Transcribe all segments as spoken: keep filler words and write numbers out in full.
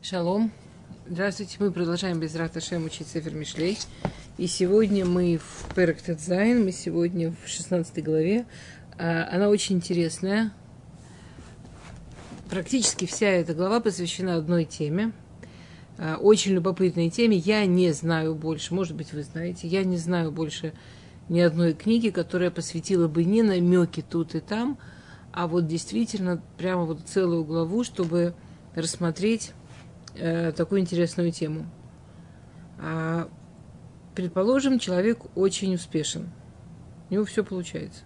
Шалом. Здравствуйте. Мы продолжаем без Рат Ашем учить Сефер Мишлей. И сегодня мы в Перек Тет Зайн, мы сегодня в шестнадцатой главе. Она очень интересная. Практически вся эта глава посвящена одной теме. Очень любопытной теме. Я не знаю больше, может быть, вы знаете, я не знаю больше ни одной книги, которая посвятила бы не намеки тут и там, а вот действительно прямо вот целую главу, чтобы рассмотреть э, такую интересную тему. А, предположим, человек очень успешен. У него все получается.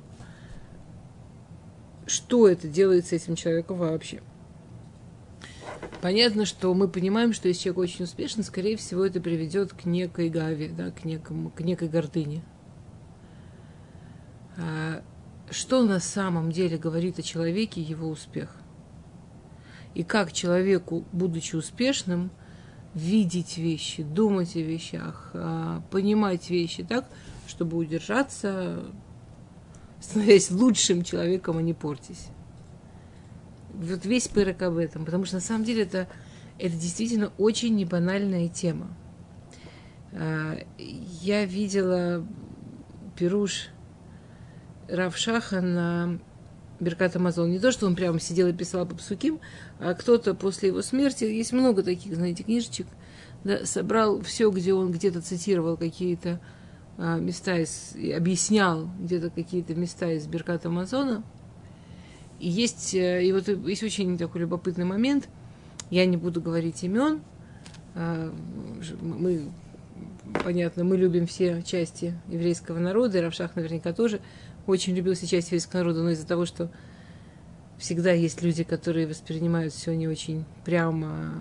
Что это делает с этим человеком вообще? Понятно, что мы понимаем, что если человек очень успешен, скорее всего, это приведет к некой гаве, да, к, некому, к некой гордыне. А, что на самом деле говорит о человеке его успех? И как человеку, будучи успешным, видеть вещи, думать о вещах, понимать вещи так, чтобы удержаться, становясь лучшим человеком, а не портясь. Вот весь пырок об этом, потому что на самом деле это, это действительно очень небанальная тема. Я видела пируш Рав Шаха на Беркат Амазон. Не то, что он прямо сидел и писал по псуким, а кто-то после его смерти, есть много таких, знаете, книжечек, да, собрал все, где он где-то цитировал какие-то а, места, из, и объяснял где-то какие-то места из Беркат Амазона. И есть, и вот есть очень такой любопытный момент, я не буду говорить имен, а, мы, понятно, мы любим все части еврейского народа, и Рав Шах наверняка тоже очень любил все части еврейского народа, но из-за того, что всегда есть люди, которые воспринимают все не очень прямо,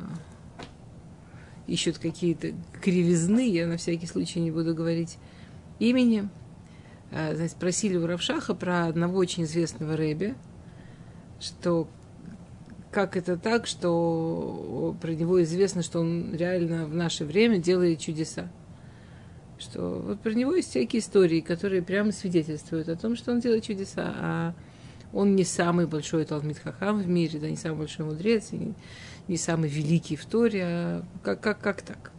ищут какие-то кривизны, я на всякий случай не буду говорить имени. Значит, спросили у Рав Шаха про одного очень известного ребе, что как это так, что про него известно, что он реально в наше время делает чудеса. Что вот про него есть всякие истории, которые прямо свидетельствуют о том, что он делает чудеса, а он не самый большой талмид хахам в мире, да, не самый большой мудрец, не, не самый великий в Торе, а как, как, как так?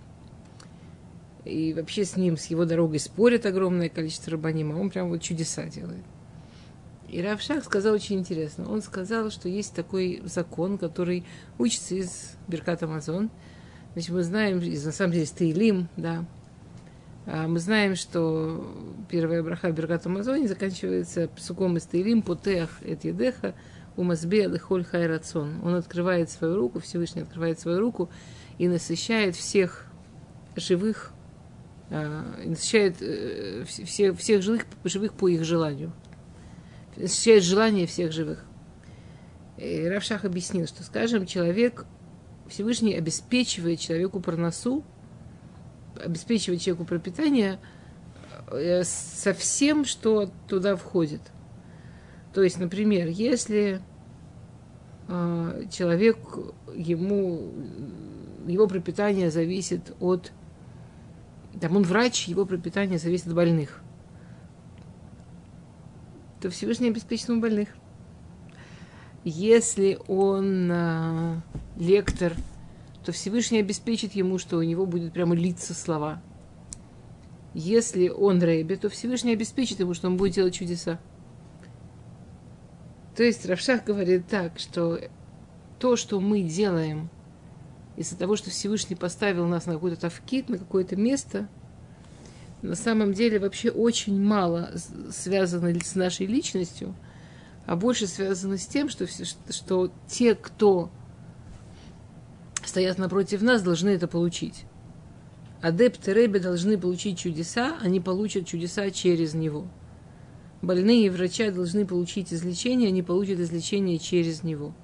И вообще с ним, с его дорогой спорят огромное количество рабаним, а он прям вот чудеса делает. И Рав Шах сказал очень интересно. Он сказал, что есть такой закон, который учится из Беркат Амазон. Значит, мы знаем, на самом деле, из Теилим, да, мы знаем, что первая браха в Беркат Амазоне заканчивается псуком из Теилим «Потеах эт едеха умазбе лехоль хай рацон». Он открывает свою руку, Всевышний открывает свою руку и насыщает всех живых, насыщает всех, всех живых, живых по их желанию. Насыщает желание всех живых. И Рав Шах объяснил, что, скажем, человек, Всевышний обеспечивает человеку парнасу, обеспечивать человеку пропитание со всем, что туда входит. То есть, например, если э, человек, ему, его пропитание зависит от... Там он врач, его пропитание зависит от больных, то Всевышний обеспечит ему больных. Если он э, лектор, то Всевышний обеспечит ему, что у него будет прямо литься слова. Если он ребе, то Всевышний обеспечит ему, что он будет делать чудеса. То есть Рав Шах говорит так, что то, что мы делаем из-за того, что Всевышний поставил нас на какой-то тавкид, на какое-то место, на самом деле вообще очень мало связано с нашей личностью, а больше связано с тем, что, что те, кто стоят напротив нас, должны это получить. Адепты Ребе должны получить чудеса, они получат чудеса через него. Больные врачи должны получить излечение, они получат излечение через него.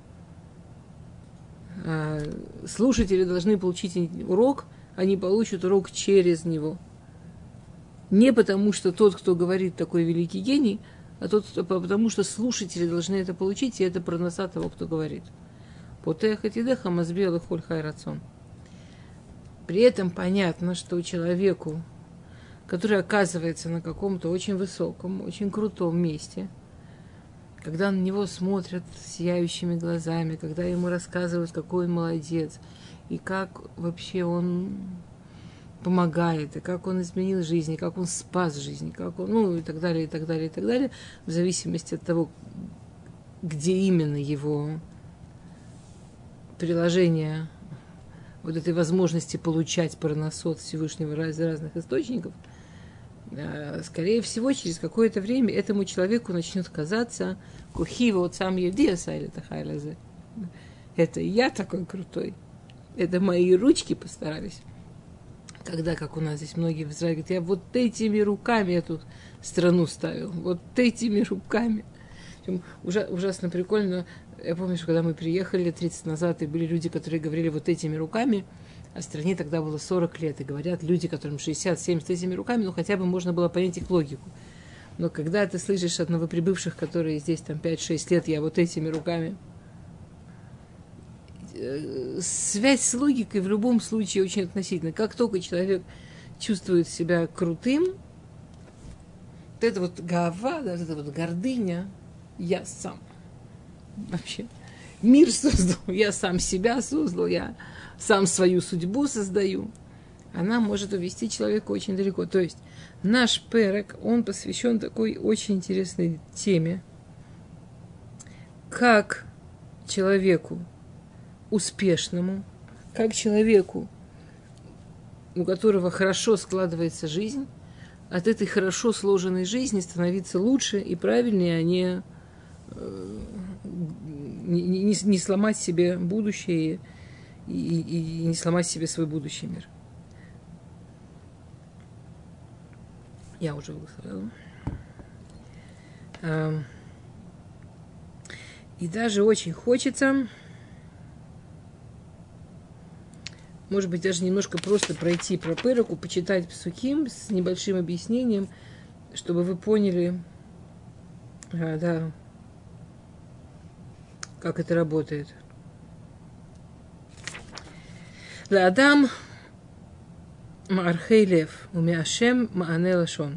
Слушатели должны получить урок, они получат урок через него. Не потому, что тот, кто говорит, такой великий гений, а тот, потому что слушатели должны это получить, и это проноса того, кто говорит. Потеах эт едеха умазбе лехоль хай рацон. При этом понятно, что человеку, который оказывается на каком-то очень высоком, очень крутом месте, когда на него смотрят сияющими глазами, когда ему рассказывают, какой он молодец, и как вообще он помогает, и как он изменил жизнь, и как он спас жизнь, как он, ну, и так далее, и так далее, и так далее, в зависимости от того, где именно его приложение вот этой возможности получать парносот Всевышнего из разных источников, скорее всего, через какое-то время этому человеку начнет казаться «Кухи вот сам Евдиаса или Тахайлазе». Это я такой крутой. Это мои ручки постарались. Когда, как у нас здесь многие в Израиле говорят, я вот этими руками эту страну ставил, вот этими руками. Ужа- ужасно прикольно. Я помню, что когда мы приехали лет тридцать назад, и были люди, которые говорили вот этими руками, а стране тогда было сорок лет, и говорят люди, которым шестьдесят семьдесят этими руками, ну хотя бы можно было понять их логику. Но когда ты слышишь от новоприбывших, которые здесь там пять-шесть лет, я вот этими руками, связь с логикой в любом случае очень относительна. Как только человек чувствует себя крутым, вот это вот гава, да, вот эта вот гордыня, я сам. Вообще. Мир создал, я сам себя создал, я сам свою судьбу создаю. Она может увести человека очень далеко. То есть наш перек, он посвящен такой очень интересной теме, как человеку успешному, как человеку, у которого хорошо складывается жизнь, от этой хорошо сложенной жизни становиться лучше и правильнее, а не, не, не, не сломать себе будущее и, и, и не сломать себе свой будущий мир. Я уже высказала. И даже очень хочется, может быть, даже немножко просто пройти про Переку, почитать псуким с небольшим объяснением, чтобы вы поняли, а, да, как это работает. Лаадам маархей лев, умеашем маане лашон.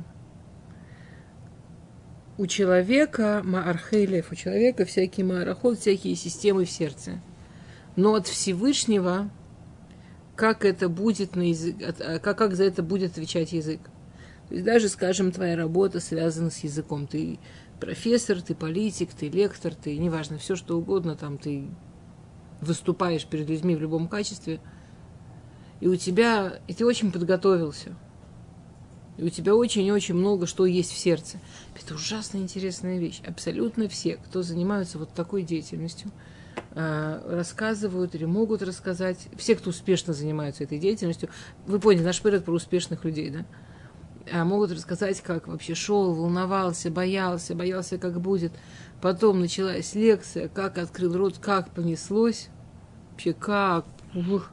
У человека маархей лев, у человека всякие маарахот, всякие системы в сердце. Но от Всевышнего как это будет на язык, как, как за это будет отвечать язык. То есть даже, скажем, твоя работа связана с языком. Ты профессор, ты политик, ты лектор, ты, неважно, все что угодно, там ты выступаешь перед людьми в любом качестве, и у тебя, и ты очень подготовился, и у тебя очень-очень много что есть в сердце. Это ужасно интересная вещь. Абсолютно все, кто занимаются вот такой деятельностью, рассказывают или могут рассказать, все, кто успешно занимаются этой деятельностью, вы поняли, наш перед про успешных людей, да, а могут рассказать, как вообще шел, волновался, боялся, боялся, как будет. Потом началась лекция, как открыл рот, как понеслось, вообще как. Ух.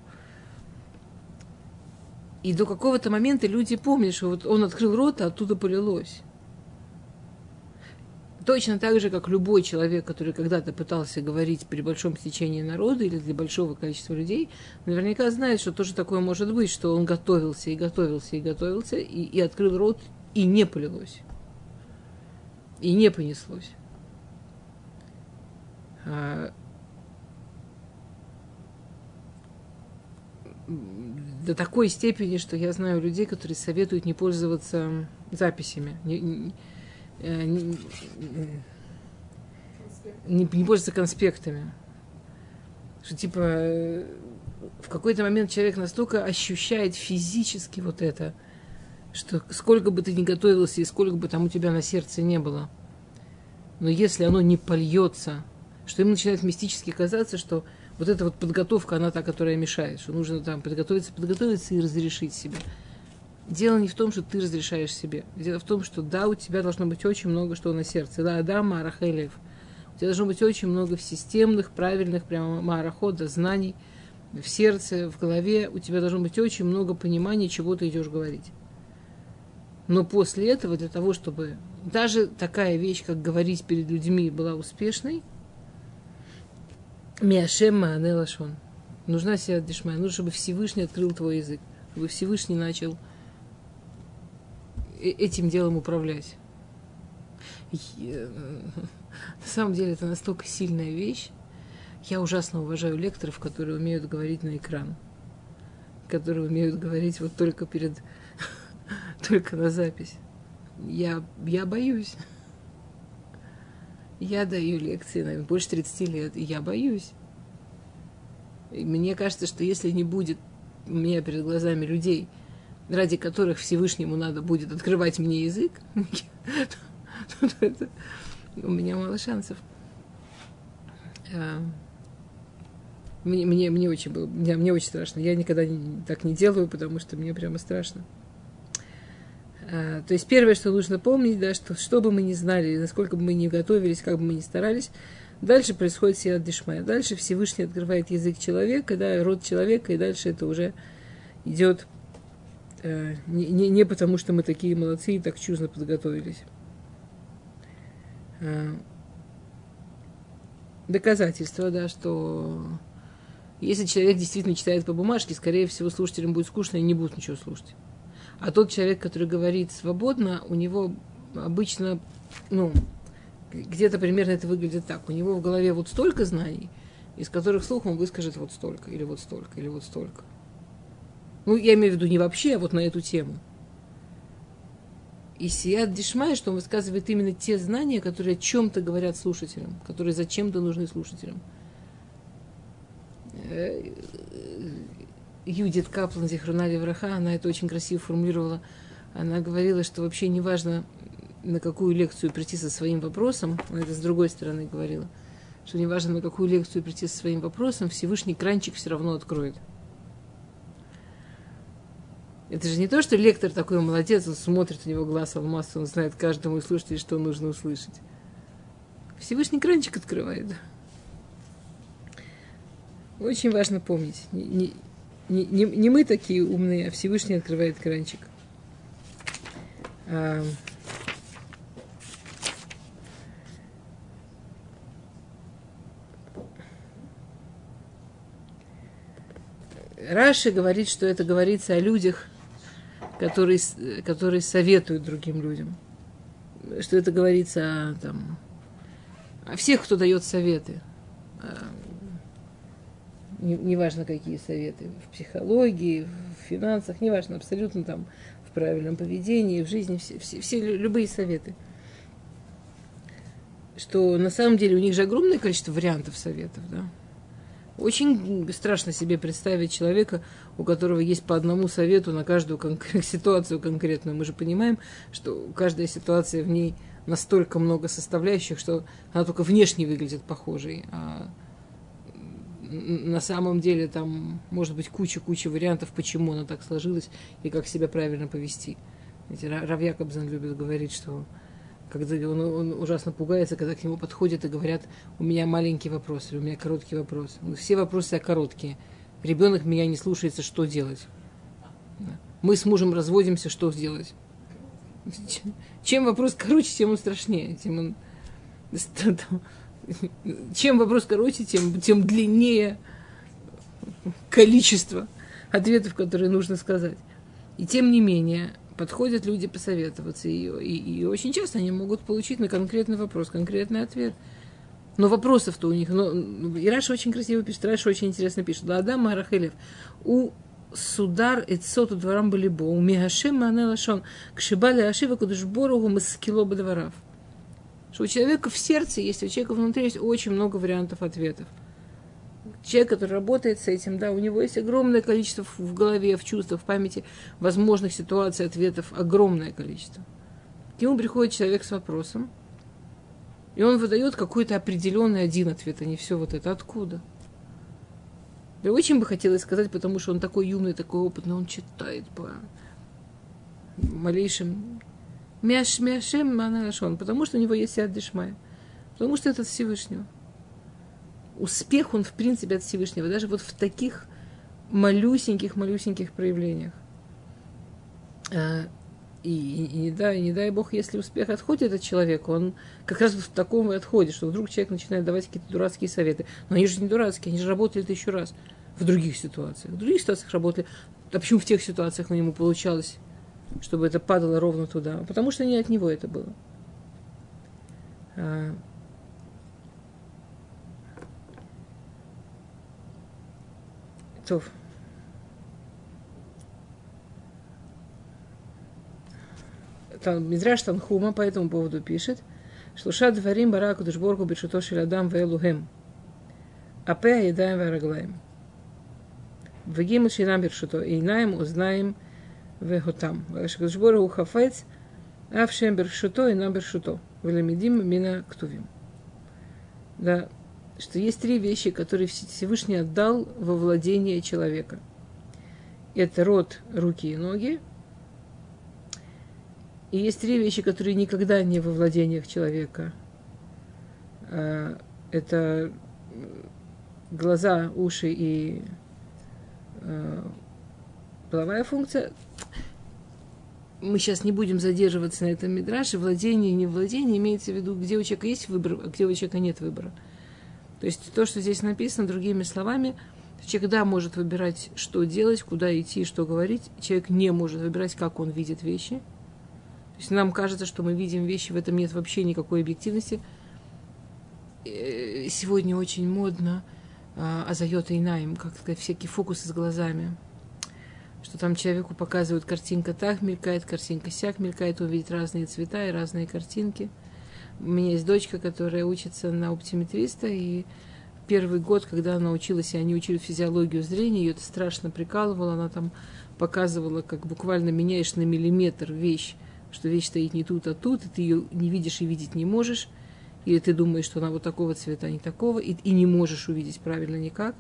И до какого-то момента люди помнят, что вот он открыл рот, а оттуда полилось. Точно так же, как любой человек, который когда-то пытался говорить при большом стечении народа или для большого количества людей, наверняка знает, что тоже такое может быть, что он готовился и готовился и готовился, и, и открыл рот, и не полилось. И не понеслось. А... До такой степени, что я знаю людей, которые советуют не пользоваться записями. Не, не, Не, не, не пользоваться конспектами. Что типа в какой-то момент человек настолько ощущает физически вот это, что сколько бы ты ни готовился и сколько бы там у тебя на сердце не было, но если оно не польется, что ему начинает мистически казаться, что вот эта вот подготовка, она та, которая мешает, что нужно там подготовиться, подготовиться и разрешить себе. Дело не в том, что ты разрешаешь себе. Дело в том, что да, у тебя должно быть очень много что на сердце. Да, да, маарахелев. У тебя должно быть очень много системных, правильных, прямо маарахода, знаний в сердце, в голове. У тебя должно быть очень много понимания, чего ты идешь говорить. Но после этого, для того, чтобы даже такая вещь, как говорить перед людьми, была успешной, миашем маане лашон. Нужна сиат дишмай. Нужно, чтобы Всевышний открыл твой язык. Чтобы Всевышний начал этим делом управлять. И, на самом деле это настолько сильная вещь. Я ужасно уважаю лекторов, которые умеют говорить на экран, которые умеют говорить вот только перед, только на запись. Я, я боюсь. Я даю лекции, наверное, больше тридцати лет, и я боюсь. И мне кажется, что если не будет у меня перед глазами людей, ради которых Всевышнему надо будет открывать мне язык, то это, у меня мало шансов. Мне, мне, мне, очень было, мне, мне очень страшно. Я никогда не, так не делаю, потому что мне прямо страшно. А, то есть первое, что нужно помнить, да, что что бы мы ни знали, насколько бы мы ни готовились, как бы мы ни старались, дальше происходит сиат дишмая. Дальше Всевышний открывает язык человека, да, род человека, и дальше это уже идет э, не, не, не потому, что мы такие молодцы и так чудно подготовились. А, доказательство, да, что если человек действительно читает по бумажке, скорее всего, слушателям будет скучно и не будут ничего слушать. А тот человек, который говорит свободно, у него обычно, ну, где-то примерно это выглядит так. У него в голове вот столько знаний, из которых вслух он выскажет вот столько, или вот столько, или вот столько. Ну, я имею в виду не вообще, а вот на эту тему. И сиат дишмай, что он высказывает именно те знания, которые о чем-то говорят слушателям, которые зачем-то нужны слушателям. Юдит Каплан, зихруна левраха, она это очень красиво формулировала. Она говорила, что вообще не важно, на какую лекцию прийти со своим вопросом, она это с другой стороны говорила, что не важно, на какую лекцию прийти со своим вопросом, Всевышний кранчик все равно откроет. Это же не то, что лектор такой молодец, он смотрит, у него глаз алмаз, он знает каждому слушателю, что нужно услышать. Всевышний кранчик открывает. Очень важно помнить. Не, не, не, не мы такие умные, а Всевышний открывает кранчик. А... Раши говорит, что это говорится о людях, которые, которые советуют другим людям. Что это говорится о, там, о всех, кто дает советы. Неважно, какие советы. В психологии, в финансах, неважно, абсолютно там в правильном поведении, в жизни, все, все, все любые советы. Что на самом деле у них же огромное количество вариантов советов, да. Очень страшно себе представить человека, у которого есть по одному совету на каждую конкрет, ситуацию конкретную. Мы же понимаем, что каждая ситуация в ней настолько много составляющих, что она только внешне выглядит похожей. А на самом деле там может быть куча-куча вариантов, почему она так сложилась и как себя правильно повести. Рав Якобсон любит говорить, что когда он, он ужасно пугается, когда к нему подходят и говорят: у меня маленький вопрос, или у меня короткий вопрос. Все вопросы короткие. Ребенок меня не слушается, что делать? Мы с мужем разводимся, что сделать? Чем вопрос короче, тем он страшнее. Тем, он... Чем вопрос короче, тем, тем длиннее количество ответов, которые нужно сказать. И тем не менее, подходят люди посоветоваться, и, и, и очень часто они могут получить на конкретный вопрос конкретный ответ. Но вопросов-то у них... Но, и Раша очень красиво пишет, Раша очень интересно пишет. Ладам Марахелев. У судар эцоту дворам балибо, у мегашем манелашон, кшибали ашива кудушборугу маскило бадварав. Что у человека в сердце есть, у человека внутри есть очень много вариантов ответов. Человек, который работает с этим, да, у него есть огромное количество в голове, в чувствах, в памяти возможных ситуаций, ответов, огромное количество. К нему приходит человек с вопросом, и он выдает какой-то определенный один ответ, а не все вот это. Откуда? Я очень бы хотела сказать, потому что он такой юный, такой опытный, он читает по малейшим... Мяш, мяшем манашон, потому что у него есть сиат дишмай, потому что это от Всевышнего. Успех, он в принципе от Всевышнего, даже вот в таких малюсеньких-малюсеньких проявлениях. А, и, и, и, не дай, не дай Бог, если успех отходит от человека, он как раз вот в таком и отходит, что вдруг человек начинает давать какие-то дурацкие советы. Но они же не дурацкие, они же работали тысячу раз в других ситуациях. В других ситуациях работали. А почему в тех ситуациях на нему получалось, чтобы это падало ровно туда? Потому что не от него это было. А, то. Там Мидраш Танхума по этому поводу пишет, что «Шлуша дварим бара акадош барух ху биршуто шель адам веэлухем, апе аедаем веараглаем, вегимл шейнам биршуто, эйнаем узнаем веготам, акадош барух ху хафец, ав шем биршуто, эйнам биршуто, велемидим мина ктувим». Да, что есть три вещи, которые Всевышний отдал во владение человека. Это рот, руки и ноги. И есть три вещи, которые никогда не во владениях человека. Это глаза, уши и половая функция. Мы сейчас не будем задерживаться на этом мидраше. Владение и невладение имеется в виду, где у человека есть выбор, а где у человека нет выбора. То есть то, что здесь написано, другими словами, человек, да, может выбирать, что делать, куда идти, что говорить. Человек не может выбирать, как он видит вещи. То есть нам кажется, что мы видим вещи, в этом нет вообще никакой объективности. Сегодня очень модно азайот эйнаим, как сказать, всякие фокусы с глазами. Что там человеку показывают, картинка так мелькает, картинка сяк мелькает, он видит разные цвета и разные картинки. У меня есть дочка, которая учится на оптиметриста, и первый год, когда она училась, и они учили физиологию зрения, ее это страшно прикалывало, она там показывала, как буквально меняешь на миллиметр вещь, что вещь стоит не тут, а тут, и ты ее не видишь и видеть не можешь, или ты думаешь, что она вот такого цвета, а не такого, и, и не можешь увидеть правильно никак.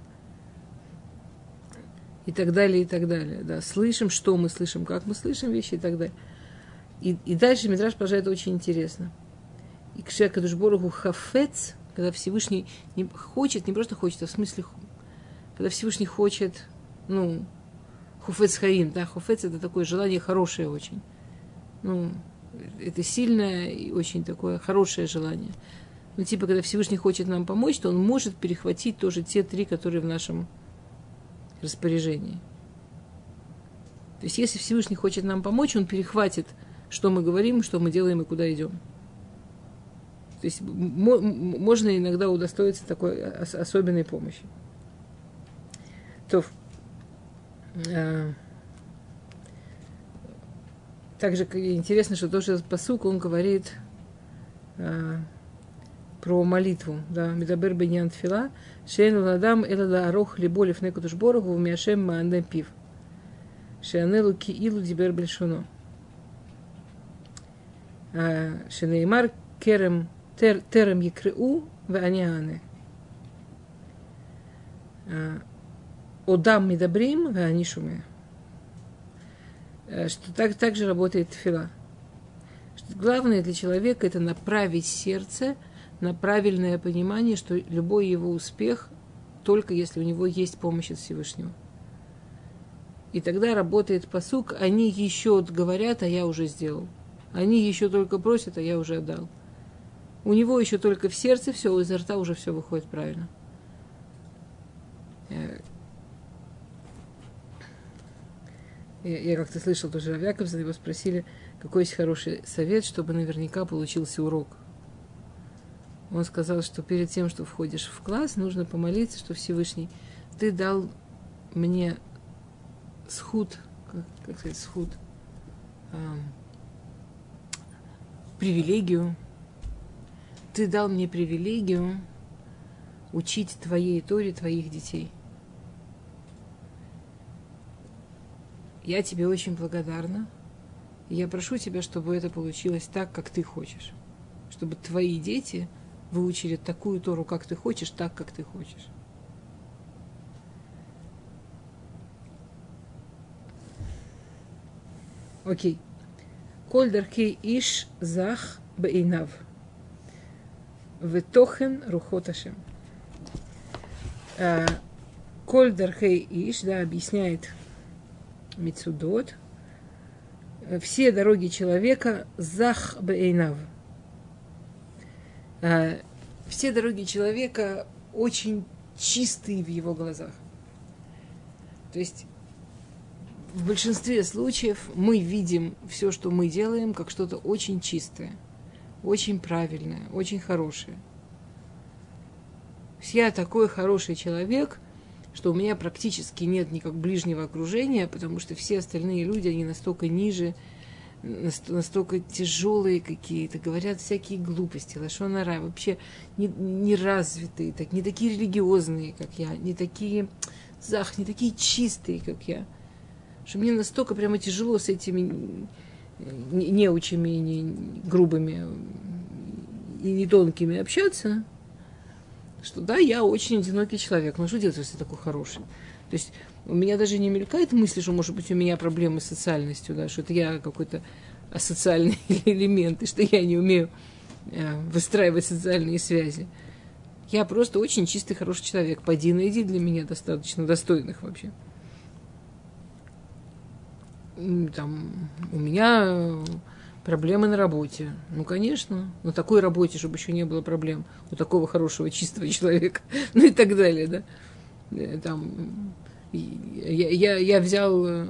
И так далее, и так далее. Да. Слышим, что мы слышим, как мы слышим вещи, и так далее. И, и дальше Мидраш продолжает очень интересно. И кшер кадош барух ху хафец, когда Всевышний не хочет, не просто хочет, а в смысле, когда Всевышний хочет, ну, хуфец хаим, да, хуфец это такое желание хорошее очень. Ну, это сильное и очень такое хорошее желание. Ну, типа, когда Всевышний хочет нам помочь, то он может перехватить тоже те три, которые в нашем распоряжении. То есть, если Всевышний хочет нам помочь, он перехватит, что мы говорим, что мы делаем и куда идем. То есть, можно иногда удостоиться такой особенной помощи. То, э, также интересно, что тоже этот пасук, он говорит э, про молитву. Да, Медабер беньян тфила, шейн ладам элла арох либолев некудуш бороху вмяшем маанде пив. Шеанелу ки илу дибер бельшуно. Шенеймар керем терем якреу ваняне. Одам медабрим ванишуме. Что так, так же работает тфила. Что главное для человека это направить сердце на правильное понимание, что любой его успех только если у него есть помощь от Всевышнего. И тогда работает пасук, они еще говорят, а я уже сделал. Они еще только просят, а я уже отдал. У него еще только в сердце все, изо рта уже все выходит правильно. Я, я как-то слышал тоже Рав Яковсон, его спросили, какой есть хороший совет, чтобы наверняка получился урок. Он сказал, что перед тем, что входишь в класс, нужно помолиться, что Всевышний, ты дал мне схуд, как, как сказать, схуд, э, привилегию, ты дал мне привилегию учить твоей Торе твоих детей. Я тебе очень благодарна, и я прошу тебя, чтобы это получилось так, как ты хочешь, чтобы твои дети выучили такую Тору, как ты хочешь, так, как ты хочешь. Окей. Коль даркей иш зах бейнав. Ветохен рухот Ашем. Коль даркей иш, да, объясняет Мицудот. Все дороги человека зах бейнав. Все дороги человека очень чистые в его глазах. То есть в большинстве случаев мы видим все, что мы делаем, как что-то очень чистое. очень правильное, очень хорошее. Я такой хороший человек, что у меня практически нет никак ближнего окружения, потому что все остальные люди, они настолько ниже, настолько тяжелые какие-то, говорят всякие глупости, лашон ара, вообще не, не развитые, так, не такие религиозные, как я, не такие, зах, не такие чистые, как я. Что мне настолько прямо тяжело с этими неучами, не грубыми и не тонкими общаться, что да, я очень одинокий человек. Ну что делать, если такой хороший? То есть у меня даже не мелькает мысль, что, может быть, у меня проблемы с социальностью, да, что это я какой-то асоциальный элемент, и что я не умею э, выстраивать социальные связи. Я просто очень чистый, хороший человек. Поди найди для меня достаточно достойных вообще. Там, у меня проблемы на работе. Ну, конечно, на такой работе, чтобы еще не было проблем у такого хорошего, чистого человека. Ну и так далее, да. Там, я, я, я взял э,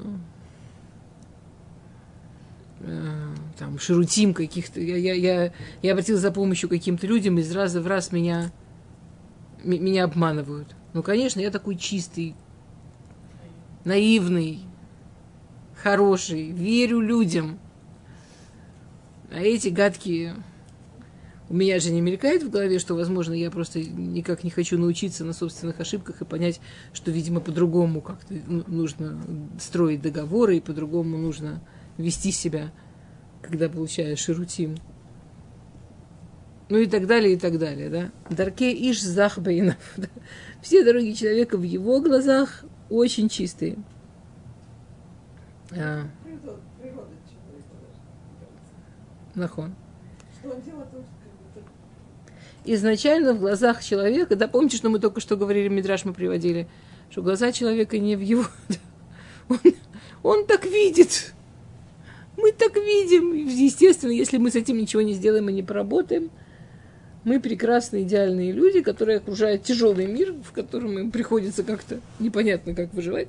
там, шерутим каких-то. Я, я, я, я обратился за помощью к каким-то людям, из раза в раз меня, м- меня обманывают. Ну, конечно, я такой чистый, наивный, хороший, верю людям. А эти гадкие... У меня же не мелькает в голове, что, возможно, я просто никак не хочу научиться на собственных ошибках и понять, что, видимо, по-другому как-то нужно строить договоры, и по-другому нужно вести себя, когда получаешь шерутим. Ну и так далее, и так далее, да. Дарке иш зах бейнов. Все дороги человека в его глазах очень чистые. А. Нахон. Изначально в глазах человека, да, помните, что мы только что говорили, мидраш мы приводили, что глаза человека не в его... Он, он так видит. Мы так видим. Естественно, если мы с этим ничего не сделаем и не поработаем, мы прекрасные, идеальные люди, которые окружают тяжелый мир, в котором им приходится как-то непонятно как выживать.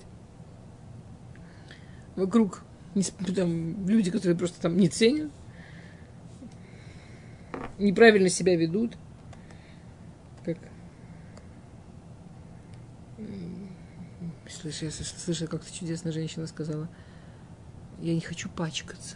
Вокруг там, люди, которые просто там не ценят, неправильно себя ведут. Как... Слышь, я слышала, как-то чудесная женщина сказала, я не хочу пачкаться.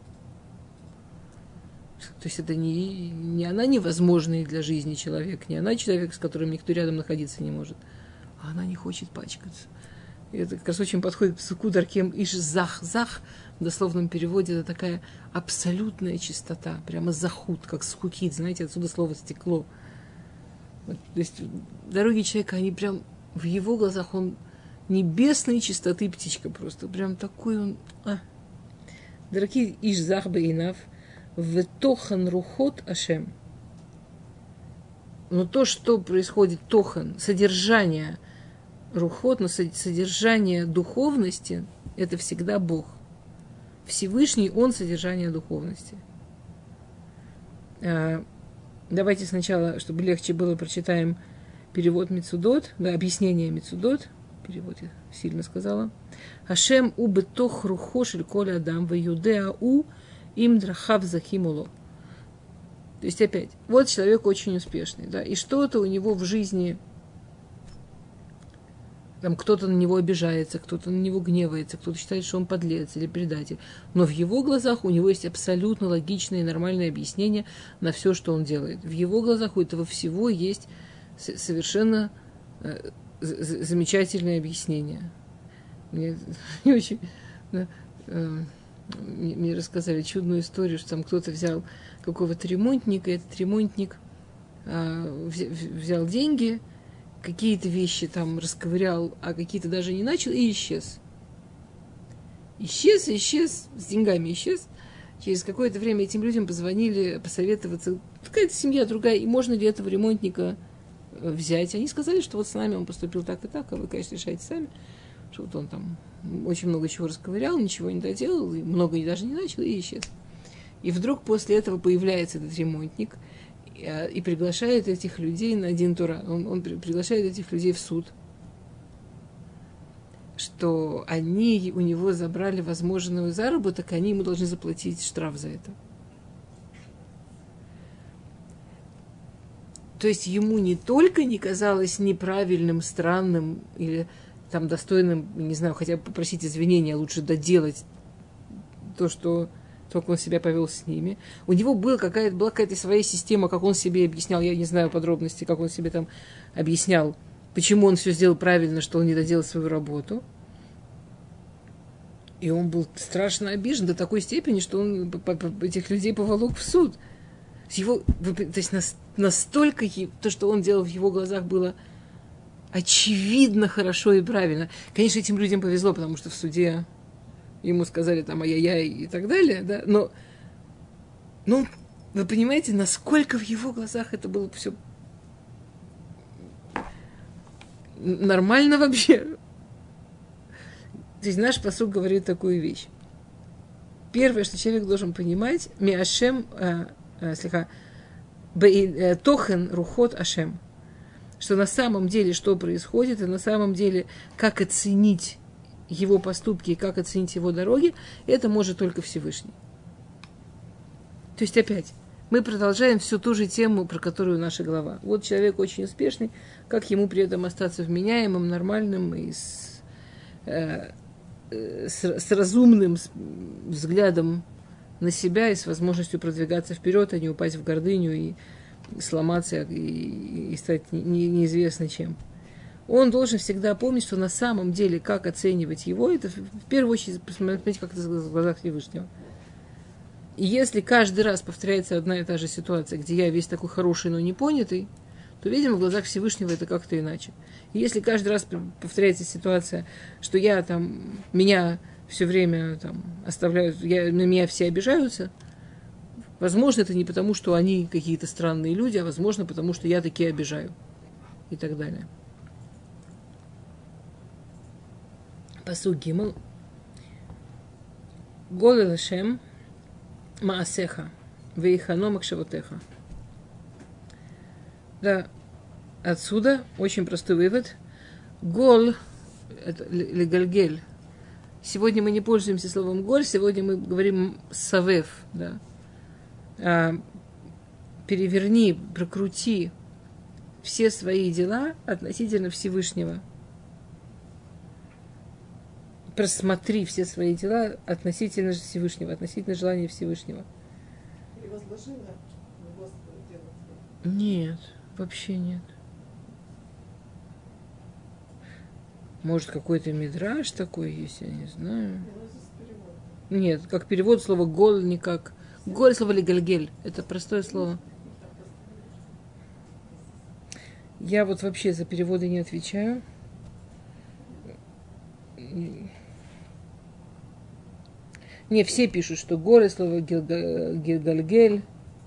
То есть это не, не она невозможный для жизни человек, не она человек, с которым никто рядом находиться не может, а она не хочет пачкаться. И это как раз очень подходит к псуку даркем иш зах. Зах в дословном переводе это такая абсолютная чистота, прямо захуд, как скукит, знаете, отсюда слово стекло. Вот, то есть дороги человека, они прям в его глазах, он небесной чистоты птичка просто, прям такой он. А. Дарки иш зах бейнав в тохан рухот ашем. Но то, что происходит тохан, содержание рухот, но содержание духовности, это всегда Бог. Всевышний, Он содержание духовности. Давайте сначала, чтобы легче было, прочитаем перевод Мицудот, да, объяснение Мицудот. Перевод я сильно сказала. Ашем у бетох рухо шель коль адам ва юдеа у им драхав захимуло. То есть опять, вот человек очень успешный, да, и что-то у него в жизни, там кто-то на него обижается, кто-то на него гневается, кто-то считает, что он подлец или предатель. Но в его глазах у него есть абсолютно логичное и нормальное объяснение на все, что он делает. В его глазах у этого всего есть совершенно э, замечательное объяснение. Мне, мне очень... Да, э, мне, мне рассказали чудную историю, что там кто-то взял какого-то ремонтника, и этот ремонтник э, взял деньги, какие-то вещи там расковырял, а какие-то даже не начал, и исчез. Исчез, исчез, с деньгами исчез. Через какое-то время этим людям позвонили посоветоваться, какая-то семья другая, и можно ли этого ремонтника взять. Они сказали, что вот с нами он поступил так и так, а вы, конечно, решайте сами. Что вот он там очень много чего расковырял, ничего не доделал, и много даже не начал, и исчез. И вдруг после этого появляется этот ремонтник, и приглашает этих людей на Дин Тора. Он, он приглашает этих людей в суд, что они у него забрали возможный заработок, они ему должны заплатить штраф за это. То есть ему не только не казалось неправильным, странным или там достойным, не знаю, хотя бы попросить извинения, лучше доделать то, что только он себя повел с ними. У него была какая-то, была какая-то своя система, как он себе объяснял, я не знаю подробностей, как он себе там объяснял, почему он все сделал правильно, что он не доделал свою работу. И он был страшно обижен до такой степени, что он этих людей поволок в суд. Его, то есть настолько то, что он делал в его глазах, было очевидно хорошо и правильно. Конечно, этим людям повезло, потому что в суде ему сказали там ай-яй-яй и так далее, да, но, но вы понимаете, насколько в его глазах это было все нормально вообще. То есть наш пасук говорит такую вещь. Первое, что человек должен понимать, миашем, слегка, тохен рухот ашем, что на самом деле, что происходит, и на самом деле, как оценить его поступки и как оценить его дороги, это может только Всевышний. То есть опять, мы продолжаем всю ту же тему, про которую наша глава. Вот человек очень успешный, как ему при этом остаться вменяемым, нормальным и с, э, с, с разумным взглядом на себя и с возможностью продвигаться вперед, а не упасть в гордыню и сломаться и, и стать не, неизвестно чем. Он должен всегда помнить, что на самом деле, как оценивать его, это в первую очередь посмотреть, как это в глазах Всевышнего. И если каждый раз повторяется одна и та же ситуация, где я весь такой хороший, но не понятый, то, видимо, в глазах Всевышнего это как-то иначе. И если каждый раз повторяется ситуация, что я там, меня все время там оставляют, я, на меня все обижаются, возможно, это не потому, что они какие-то странные люди, а возможно, потому, что я таки обижаю. И так далее. Пасук гимл. Голел Ашем маасеха веихано макшавотеха. Да, отсюда очень простой вывод. Гол, это легальгель. Сегодня мы не пользуемся словом голь, сегодня мы говорим савев, да. А, переверни, прокрути все свои дела относительно Всевышнего. Просмотри все свои дела относительно Всевышнего, относительно желания Всевышнего. И возложи на Господа дело твое. Нет, вообще нет. Может, какой-то мидраш такой есть, я не знаю. Нет, как перевод слова гол, не как. Голь слово легальгель. Это простое слово. Я вот вообще за переводы не отвечаю. Не, все пишут, что горе, слово гильгальгель.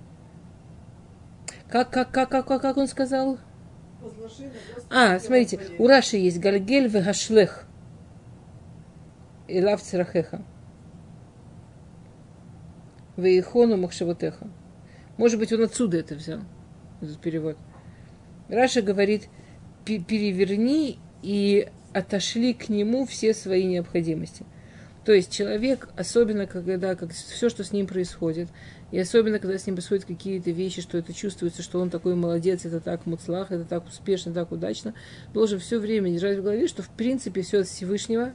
Как, как, как, как, как, как он сказал? А, смотрите, у Раши есть гальгель вегашлех. И лав цирахеха. Веихону махшавотеха. Может быть, он отсюда это взял, этот перевод. Раша говорит, переверни и отошли к нему все свои необходимости. То есть человек, особенно когда как, все, что с ним происходит, и особенно когда с ним происходят какие-то вещи, что это чувствуется, что он такой молодец, это так муцлах, это так успешно, так удачно, должен все время держать в голове, что в принципе все от Всевышнего,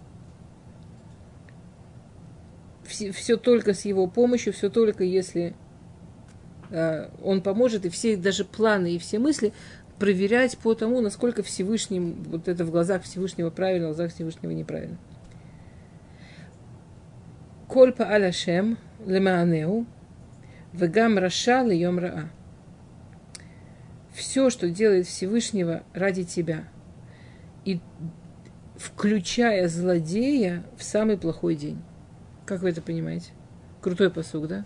все, все только с его помощью, все только если э, он поможет, и все даже планы и все мысли проверять по тому, насколько Всевышний, вот это в глазах Всевышнего правильно, в глазах Всевышнего неправильно. Коль па'аль Ашем лемаанеу вегам раша льем раа. Все, что делает Всевышнего ради тебя, и включая злодея в самый плохой день. Как вы это понимаете? Крутой пасук, да?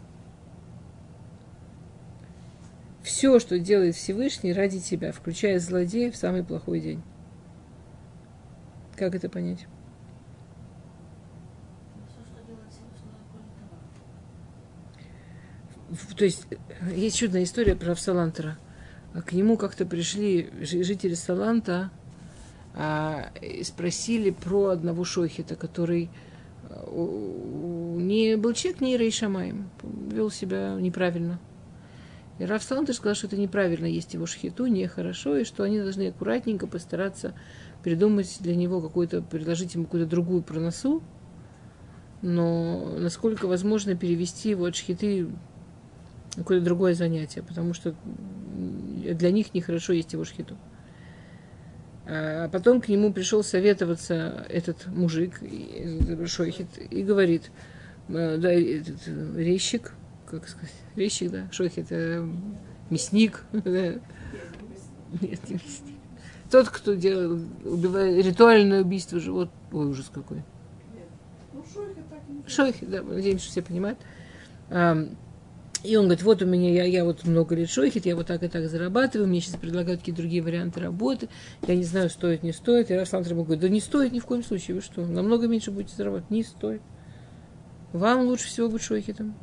Все, что делает Всевышний ради тебя, включая злодея в самый плохой день. Как это понять? То есть, есть чудная история про Авсалантера. К нему как-то пришли жители Саланта а, и спросили про одного шохита, который не был человек, не Рей Шамаим, вел себя неправильно. И Рав Салантер сказал, что это неправильно есть его шхиту, нехорошо, и что они должны аккуратненько постараться придумать для него какую-то, предложить ему какую-то другую проносу, но насколько возможно перевести его от шхиты в какое-то другое занятие, потому что для них нехорошо есть его шхиту. А потом к нему пришел советоваться этот мужик, шойхет, и говорит, да, этот резчик, как сказать, резчик, да, шойхет, э, мясник, да. Нет, не мясник. Тот, кто делал, убивает, ритуальное убийство живот, ой, ужас какой. Нет. Ну, шойхет так и не Шойхет, да, надеемся, что все понимают. А, и он говорит, вот у меня, я, я вот много лет шойхет, я вот так и так зарабатываю, мне сейчас предлагают какие-то другие варианты работы, я не знаю, стоит, не стоит. И Рав Салантер ему говорит, да не стоит ни в коем случае, вы что, намного меньше будете зарабатывать, не стоит. Вам лучше всего быть шойхетом.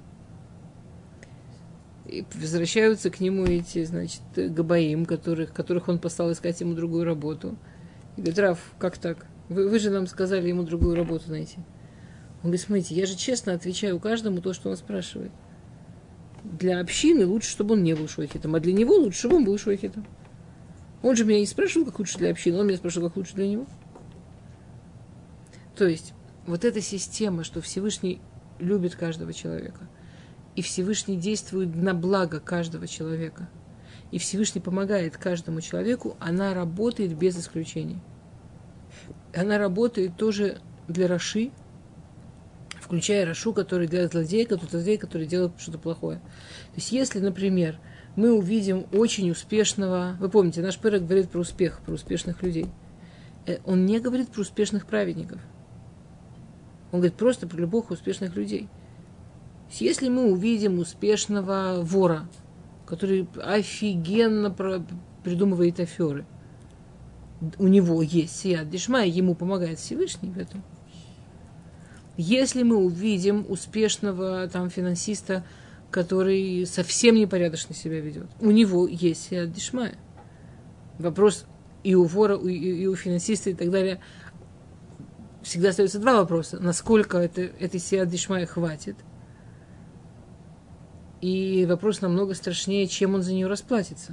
И возвращаются к нему эти, значит, габаим, которых, которых он послал искать ему другую работу. И говорит, Рав, как так? Вы, вы же нам сказали ему другую работу найти. Он говорит, смотрите, я же честно отвечаю каждому то, что он спрашивает. Для общины лучше, чтобы он не был шойхетом, а для него лучше, чтобы он был шойхетом. Он же меня не спрашивал, как лучше для общины, он меня спрашивал, как лучше для него. То есть, вот эта система, что Всевышний любит каждого человека, и Всевышний действует на благо каждого человека, и Всевышний помогает каждому человеку, она работает без исключений. Она работает тоже для Раши, включая Рашу, который для злодея, который злодей, который делает что-то плохое. То есть, если, например, мы увидим очень успешного, вы помните, наш Перек говорит про успех, про успешных людей. Он не говорит про успешных праведников. Он говорит просто про любых успешных людей. То есть, если мы увидим успешного вора, который офигенно придумывает аферы, у него есть сият дишмая, ему помогает Всевышний в этом. Если мы увидим успешного там финансиста, который совсем непорядочно себя ведет, у него есть сият дишмая. Вопрос и у вора, и, и у финансиста и так далее. Всегда остается два вопроса. Насколько это, этой сият дишмая хватит? И вопрос намного страшнее, чем он за нее расплатится.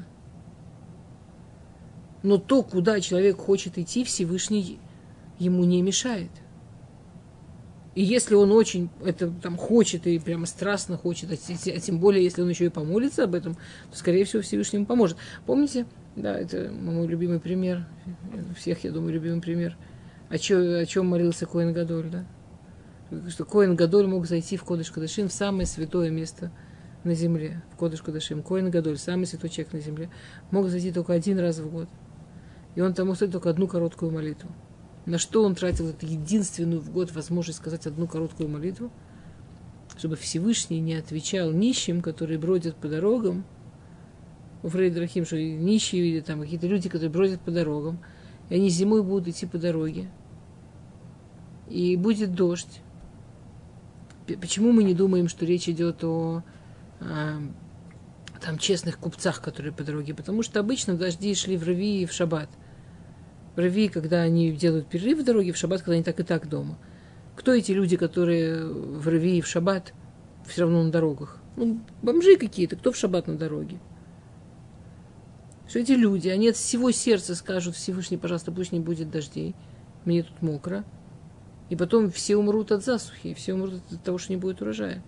Но то, куда человек хочет идти, Всевышний ему не мешает. И если он очень это там хочет и прямо страстно хочет, а тем более, если он еще и помолится об этом, то, скорее всего, Всевышний ему поможет. Помните? Да, это мой любимый пример. Всех, я думаю, любимый пример. О чем, о чем молился Коэн Гадоль, да? Что Коэн Гадоль мог зайти в Кодеш Кодешим, в самое святое место на земле, в Кодеш Кодешим. Коэн Гадоль, самый святой человек на земле, мог зайти только один раз в год. И он там мог сказать только одну короткую молитву. На что он тратил эту единственную в год возможность сказать одну короткую молитву? Чтобы Всевышний не отвечал нищим, которые бродят по дорогам. У Фрейда Рахим, что нищие или там какие-то люди, которые бродят по дорогам, и они зимой будут идти по дороге. И будет дождь. Почему мы не думаем, что речь идет о, о там, честных купцах, которые по дороге? Потому что обычно дожди шли в Рави и в Шаббат. В Рави, когда они делают перерыв в дороге, в Шаббат, когда они так и так дома. Кто эти люди, которые в Рави и в Шаббат все равно на дорогах? Ну, бомжи какие-то, кто в Шаббат на дороге? Что эти люди, они от всего сердца скажут Всевышний, пожалуйста, пусть не будет дождей, мне тут мокро. И потом все умрут от засухи, все умрут от того, что не будет урожая.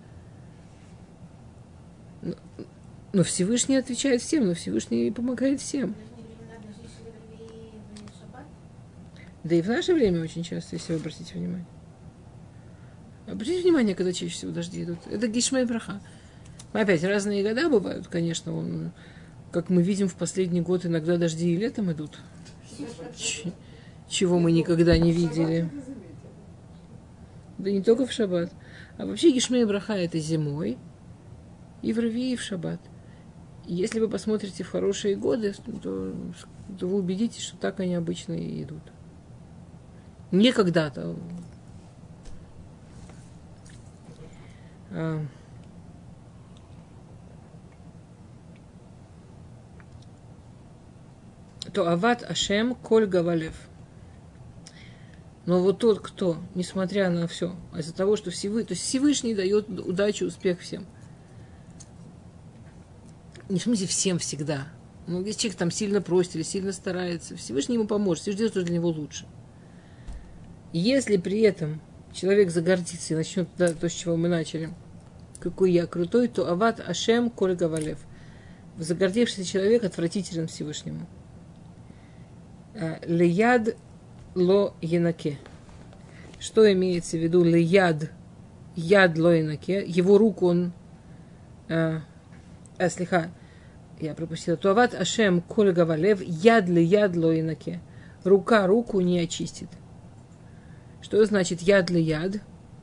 Но, но Всевышний отвечает всем, но Всевышний помогает всем. Да и в наше время очень часто, если вы обратите внимание. Обратите внимание, когда чаще всего дожди идут. Это гишмей браха. Опять, разные года бывают, конечно. Он, как мы видим, в последний год иногда дожди и летом идут. Ч- чего мы никогда не видели. Да не только в шаббат. А вообще гишмей браха это зимой, и в Рави, и в шаббат. И если вы посмотрите в хорошие годы, то, то вы убедитесь, что так они обычно и идут. Не когда-то. А. То ават Ашем коль гавалев. Но вот тот, кто, несмотря на все, из-за того, что Всевышний, то есть Всевышний дает удачу, успех всем. Не в смысле всем всегда. Ну, если человек там сильно просит или сильно старается, Всевышний ему поможет, Всевышний делает, что для него лучше. Если при этом человек загордится и начнет да, то, с чего мы начали, какой я крутой, то ават ашем коль гавалев. Загордевшийся человек отвратителен Всевышнему. Леяд ло енаке. Что имеется в виду леяд? Яд ло енаке. Его руку он... А, а слиха, я пропустила. То ават ашем коль гавалев. Яд леяд ло енаке. Рука руку не очистит. Что значит яд леяд?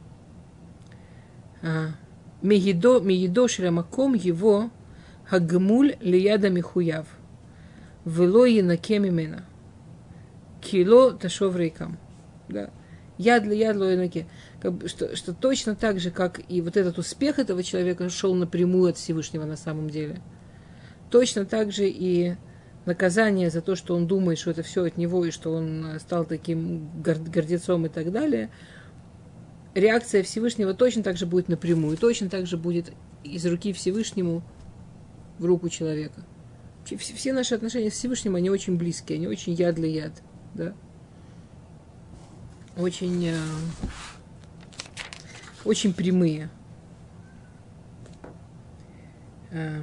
Мегидо, мегидо шрамаком его хагмуль лияда михуяв. Вело енаке мимена. Кило ташов рейкам. Да. Яд лияд ло енаке. Что, что точно так же, как и вот этот успех этого человека шел напрямую от Всевышнего на самом деле. Точно так же и наказание за то, что он думает, что это все от него, и что он стал таким гордецом и так далее, реакция Всевышнего точно так же будет напрямую, точно так же будет из руки Всевышнему в руку человека. Все наши отношения с Всевышним, они очень близкие, они очень яд для яд, да? Очень, э, очень прямые. Э,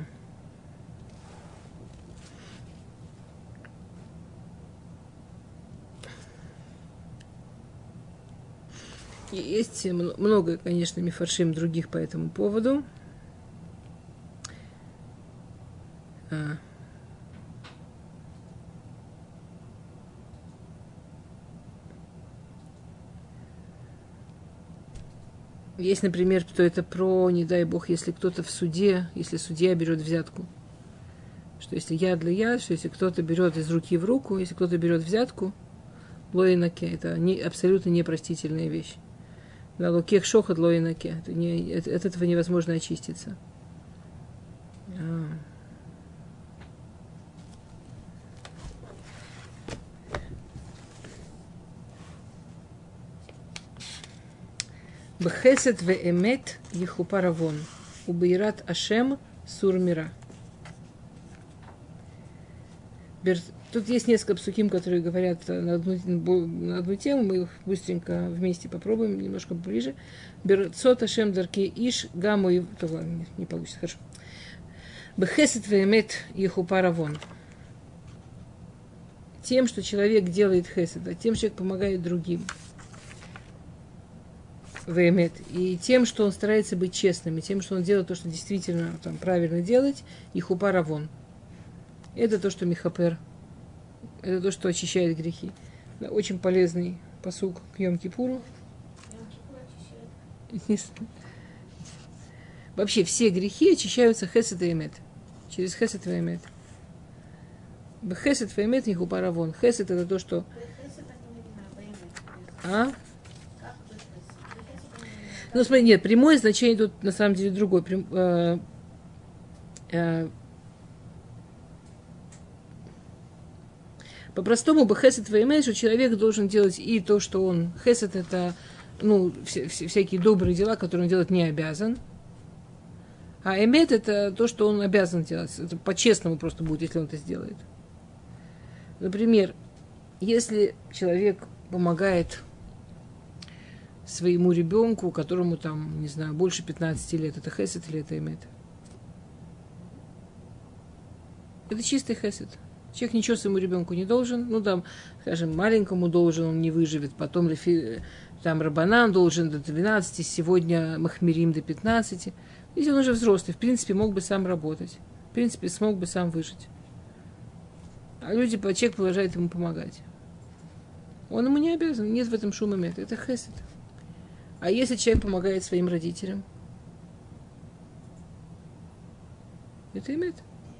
Есть много, конечно, мифаршим других по этому поводу. А. Есть, например, что это про, не дай бог, если кто-то в суде, если судья берет взятку. Что если я для я, что если кто-то берет из руки в руку, если кто-то берет взятку, лоинаке, это не, абсолютно непростительная вещь. Да, локех шохот лоинаке. Это не, от, от этого невозможно очиститься. А. Бхесет ве эмет ехупаравон. Убейрат ашем сурмира. Тут есть несколько псуким, которые говорят на одну, на одну тему. Мы их быстренько вместе попробуем, немножко ближе. Берцот ашем дарке иш гаму и... Не, не получится, хорошо. Бхесет веэмет ехупаравон. Тем, что человек делает хесед, а тем, что человек помогает другим. Веэмет. И тем, что он старается быть честным, и тем, что он делает то, что действительно там, правильно делать, ехупаравон. Это то, что михапер. Это то, что очищает грехи. Да, очень полезный пасук к Йом-Кипуру. Вообще все грехи очищаются хесед и эмет. Через хесед и эмет. Хесед и эмет не хупаравон. Хесед это то, что... А? Ну, смотри, нет, прямое значение тут на самом деле другое. Прям, э, э, По-простому бы хесед веймет, что человек должен делать и то, что он... Хесед это, ну, вся, вся, всякие добрые дела, которые он делать не обязан. А эмет это то, что он обязан делать. Это по-честному просто будет, если он это сделает. Например, если человек помогает своему ребенку, которому там, не знаю, больше пятнадцати лет, это хесед или это эмет? Это чистый хесед. Человек ничего своему ребенку не должен. Ну, там, скажем, маленькому должен, он не выживет. Потом там рабанан должен до двенадцати, сегодня махмирим до пятнадцати. Если он уже взрослый, в принципе, мог бы сам работать. В принципе, смог бы сам выжить. А люди, человек продолжает ему помогать. Он ему не обязан. Нет в этом шума мет. Это хесед. А если человек помогает своим родителям? Это эмет.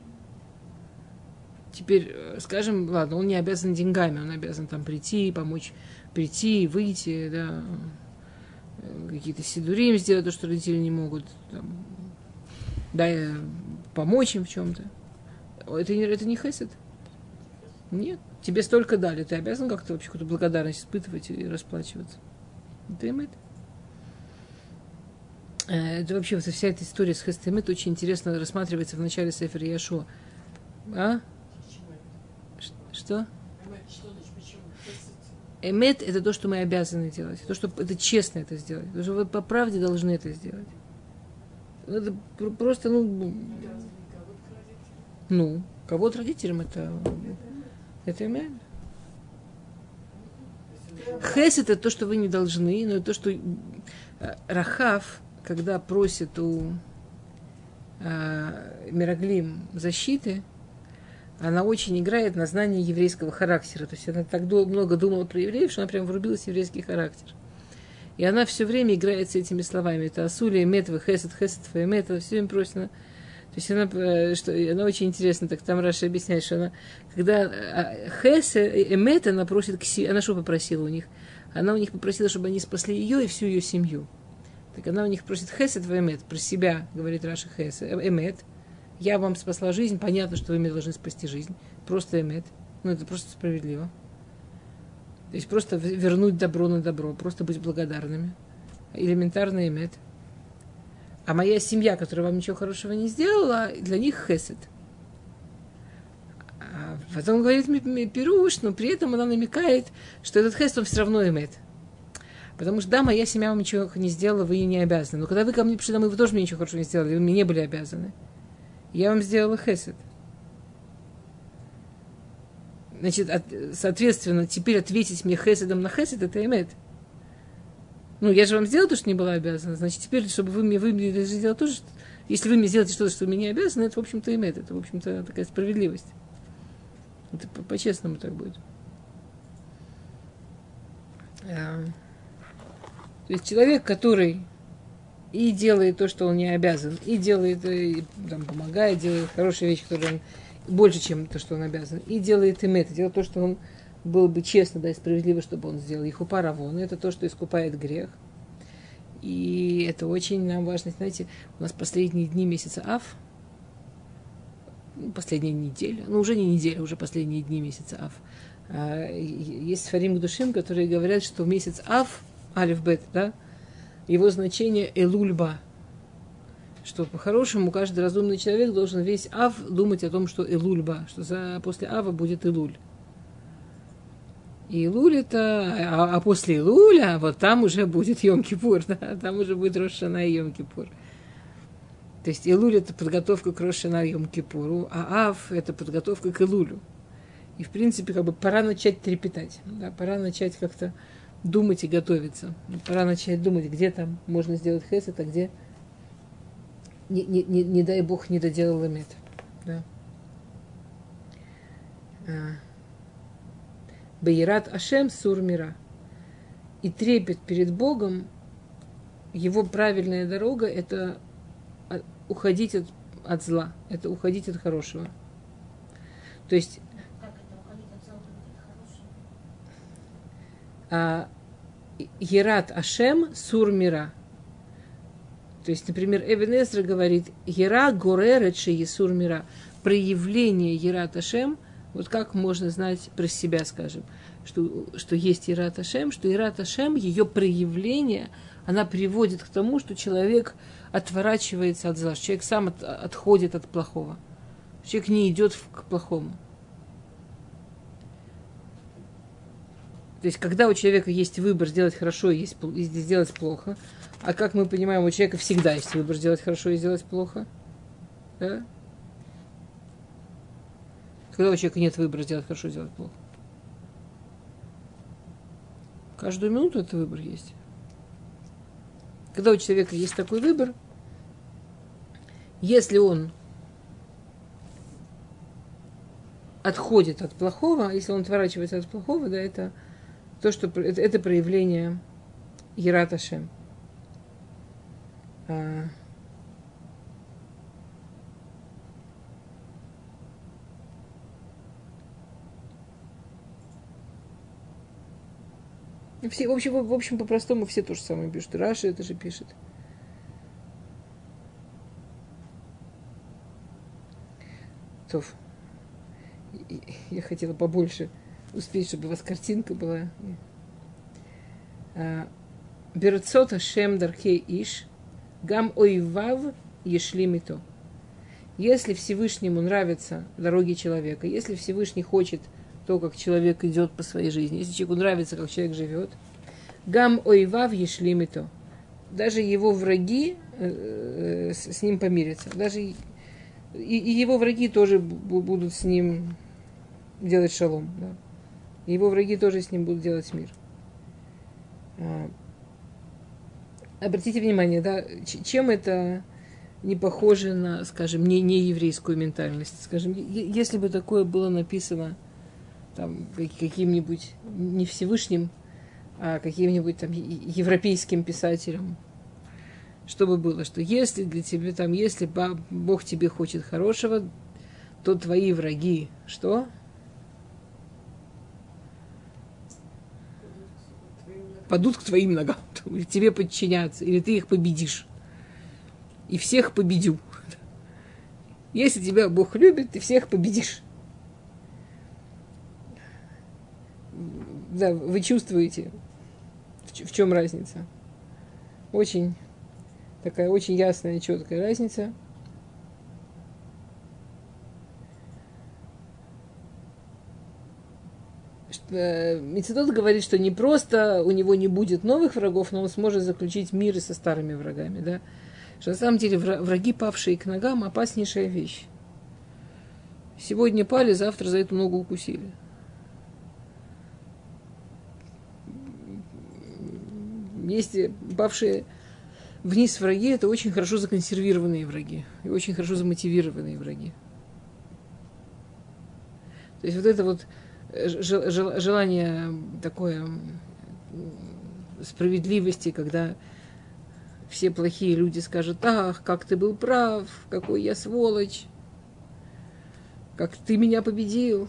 Теперь, скажем, ладно, он не обязан деньгами, он обязан там прийти, помочь, прийти, выйти, да, какие-то сидурим сделать, то, что родители не могут, там, да, помочь им в чем-то. Это не, это не хесед. Нет. Тебе столько дали, ты обязан как-то вообще какую-то благодарность испытывать и расплачиваться. Это эмет. Э, Это вообще вот вся эта история с Хесед и Эмет очень интересно рассматривается в начале Сефер Яшуа. А? Ш- Что? Эмет – это то, что мы обязаны делать. То, что это честно это сделать. То, что вы по правде должны это сделать. Это пр- просто, ну, ну, кого-то родителям это, это эмет. Хесед – это то, что вы не должны, но это то, что э, Рахав, когда просит у э, Мираглим защиты, она очень играет на знании еврейского характера. То есть она так дол- много думала про евреев, что она прям врубилась в еврейский характер. И она все время играет с этими словами. Это Асули, Эмет, Хесед, Хесед, Эмет, это все время просит. Она, то есть она, э, что, она очень интересна, так там Раша объясняет, что она, когда Хесед, Эмет, она просит к себе, она что попросила у них? Она у них попросила, чтобы они спасли ее и всю ее семью. Так она у них просит Хесед, Эмет, про себя, говорит Раша Хесед, Эмет. Я вам спасла жизнь, понятно, что вы мне должны спасти жизнь. Просто эмет. Ну, это просто справедливо. То есть просто вернуть добро на добро, просто быть благодарными. Элементарный эмет. А моя семья, которая вам ничего хорошего не сделала, для них хесед. А потом говорит Пируш, но при этом она намекает, что этот хесед, он все равно эмет. Потому что, да, моя семья вам ничего не сделала, вы ей не обязаны. Но когда вы ко мне пришли домой, вы тоже мне ничего хорошего не сделали, вы мне не были обязаны. Я вам сделала хесед. Значит, от, соответственно, теперь ответить мне хеседом на хесед – это эмет. Ну, я же вам сделала то, что не была обязана. Значит, теперь, чтобы вы мне, вы мне сделали тоже, если вы мне сделаете что-то, что вы мне не обязаны, это, в общем-то, эмет. Это, в общем-то, такая справедливость. Это по- по-честному так будет. А, то есть человек, который и делает то, что он не обязан, и делает, и, там, помогает, делает хорошие вещи, которые он больше, чем то, что он обязан, и делает им это, делает то, что он был бы честно, да, и справедливо, чтобы он сделал. И хупаравон, это то, что искупает грех. И это очень нам важно. Знаете, у нас последние дни месяца Ав, ну, последняя неделя, ну, уже не неделя, уже последние дни месяца Ав. А, есть Сфарим Гдушим, которые говорят, что месяц Ав, Алиф Бет, да, его значение Элульба, что по-хорошему каждый разумный человек должен весь Ав думать о том, что Элульба, что за, после Ава будет Элуль. И Элуль это, а, а после Элуля, вот там уже будет Йом-Кипур, да, там уже будет Рош Шана и Йом-Кипур. То есть Элуль это подготовка к Рош Шана и Йом-Кипуру, а Ав это подготовка к Элулю. И в принципе как бы пора начать трепетать, да, пора начать как-то думать и готовиться. Пора начать думать, где там можно сделать хесед, а где, не, не, не, не дай Бог, не доделал эмет. Да. Бейрат Ашем сур мира. И трепет перед Богом, его правильная дорога – это уходить от, от зла, это уходить от хорошего. То есть а, Ерат Ашем сур мира. То есть, например, Эбен Эзра говорит, Ера горерет шеесур мира. Проявление Ерат Ашем, вот как можно знать про себя, скажем, что, что есть Ерат Ашем, что Ерат Ашем, ее проявление, она приводит к тому, что человек отворачивается от зла, что человек сам от, отходит от плохого. Человек не идет к плохому. То есть, когда у человека есть выбор сделать хорошо и сделать плохо, а как мы понимаем, у человека всегда есть выбор сделать хорошо и сделать плохо, да? Когда у человека нет выбора сделать хорошо и сделать плохо. Каждую минуту этот выбор есть. Когда у человека есть такой выбор, если он отходит от плохого, если он отворачивается от плохого, да, это то, что это, это проявление Ерат Ашем. А, все, в общем, в общем, по-простому все то же самое пишут. Раша это же пишет. Тоф. Я хотела побольше успеть, чтобы у вас картинка была. Берцота Шем Даркей Иш Гам ойвав ешлимито. Если Всевышнему нравятся дороги человека, если Всевышний хочет то, как человек идет по своей жизни, если человеку нравится, как человек живет, гам ойвав ешлимито. Даже его враги э, с, с ним помирятся. Даже и, и его враги тоже будут с ним делать шалом. Да? Его враги тоже с ним будут делать мир. А, обратите внимание, да, чем это не похоже на, скажем, не, не еврейскую ментальность. Скажем, если бы такое было написано там, каким-нибудь, не Всевышним, а каким-нибудь там европейским писателем, что бы было, что если для тебя там, если Бог тебе хочет хорошего, то твои враги, что? Падут к твоим ногам, тебе подчинятся, или ты их победишь. И всех победю. Если тебя Бог любит, ты всех победишь. Да, вы чувствуете, в чем разница. Очень такая очень ясная, четкая разница. Мицедот говорит, что не просто у него не будет новых врагов, но он сможет заключить мир и со старыми врагами, да. Что на самом деле враги, павшие к ногам, опаснейшая вещь. Сегодня пали, завтра за эту ногу укусили. Есть павшие вниз враги, это очень хорошо законсервированные враги и очень хорошо замотивированные враги. То есть вот это вот желание такое справедливости, когда все плохие люди скажут: ах, как ты был прав, какой я сволочь, как ты меня победил.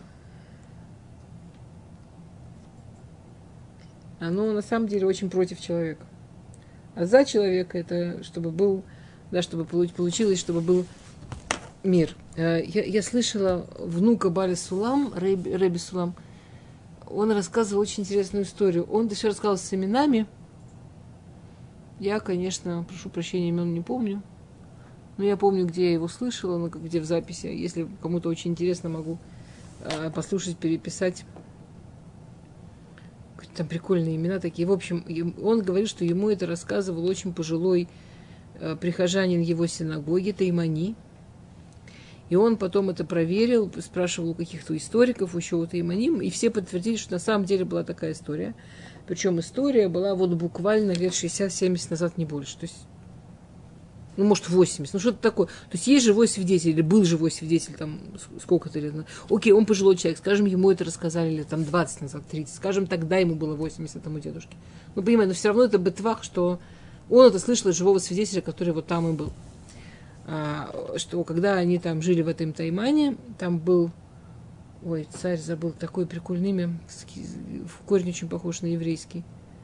Оно на самом деле очень против человека. А за человека это чтобы был, да, чтобы получилось, чтобы был мир. Я, я слышала внука Бали Сулам, Рэби, Рэби Сулам, он рассказывал очень интересную историю. Он еще рассказывал с именами. Я, конечно, прошу прощения, имен не помню. Но я помню, где я его слышала, где в записи. Если кому-то очень интересно, могу э, послушать, переписать. Какие-то там прикольные имена такие. В общем, он говорит, что ему это рассказывал очень пожилой э, прихожанин его синагоги, Таймани. И он потом это проверил, спрашивал у каких-то историков, еще у Тайманим, и все подтвердили, что на самом деле была такая история. Причем история была вот буквально лет шестьдесят-семьдесят назад, не больше. То есть, ну, может, восемьдесят, ну, что-то такое. То есть, есть живой свидетель, или был живой свидетель, там, сколько-то лет назад. Окей, он пожилой человек, скажем, ему это рассказали лет, там, двадцать назад, тридцать. Скажем, тогда ему было восемьдесят, этому дедушке. Ну, понимаете, но все равно это бытвах, что он это слышал от живого свидетеля, который вот там и был. А, что когда они там жили в этом Таймане, там был... Ой, царь, забыл, такое прикольное имя, в корне очень похож на еврейский.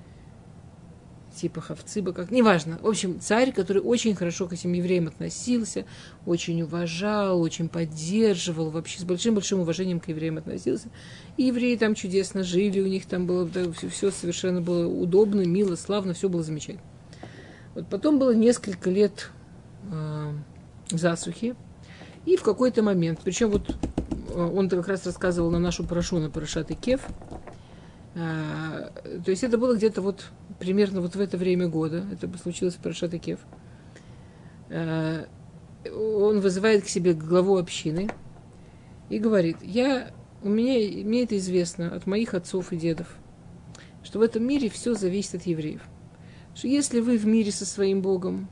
Типа Хавциба, как, неважно. В общем, царь, который очень хорошо к этим евреям относился, очень уважал, очень поддерживал, вообще с большим-большим уважением к евреям относился. И евреи там чудесно жили, у них там было, да, все, все совершенно было удобно, мило, славно, все было замечательно. Вот потом было несколько лет э, засухи, и в какой-то момент, причем вот он-то как раз рассказывал на нашу парашу, на парашат Икев. А, то есть это было где-то вот примерно вот в это время года. Это случилось в парашат Икев. А, он вызывает к себе главу общины и говорит: я, у меня, мне это известно от моих отцов и дедов, что в этом мире все зависит от евреев. Что если вы в мире со своим Богом,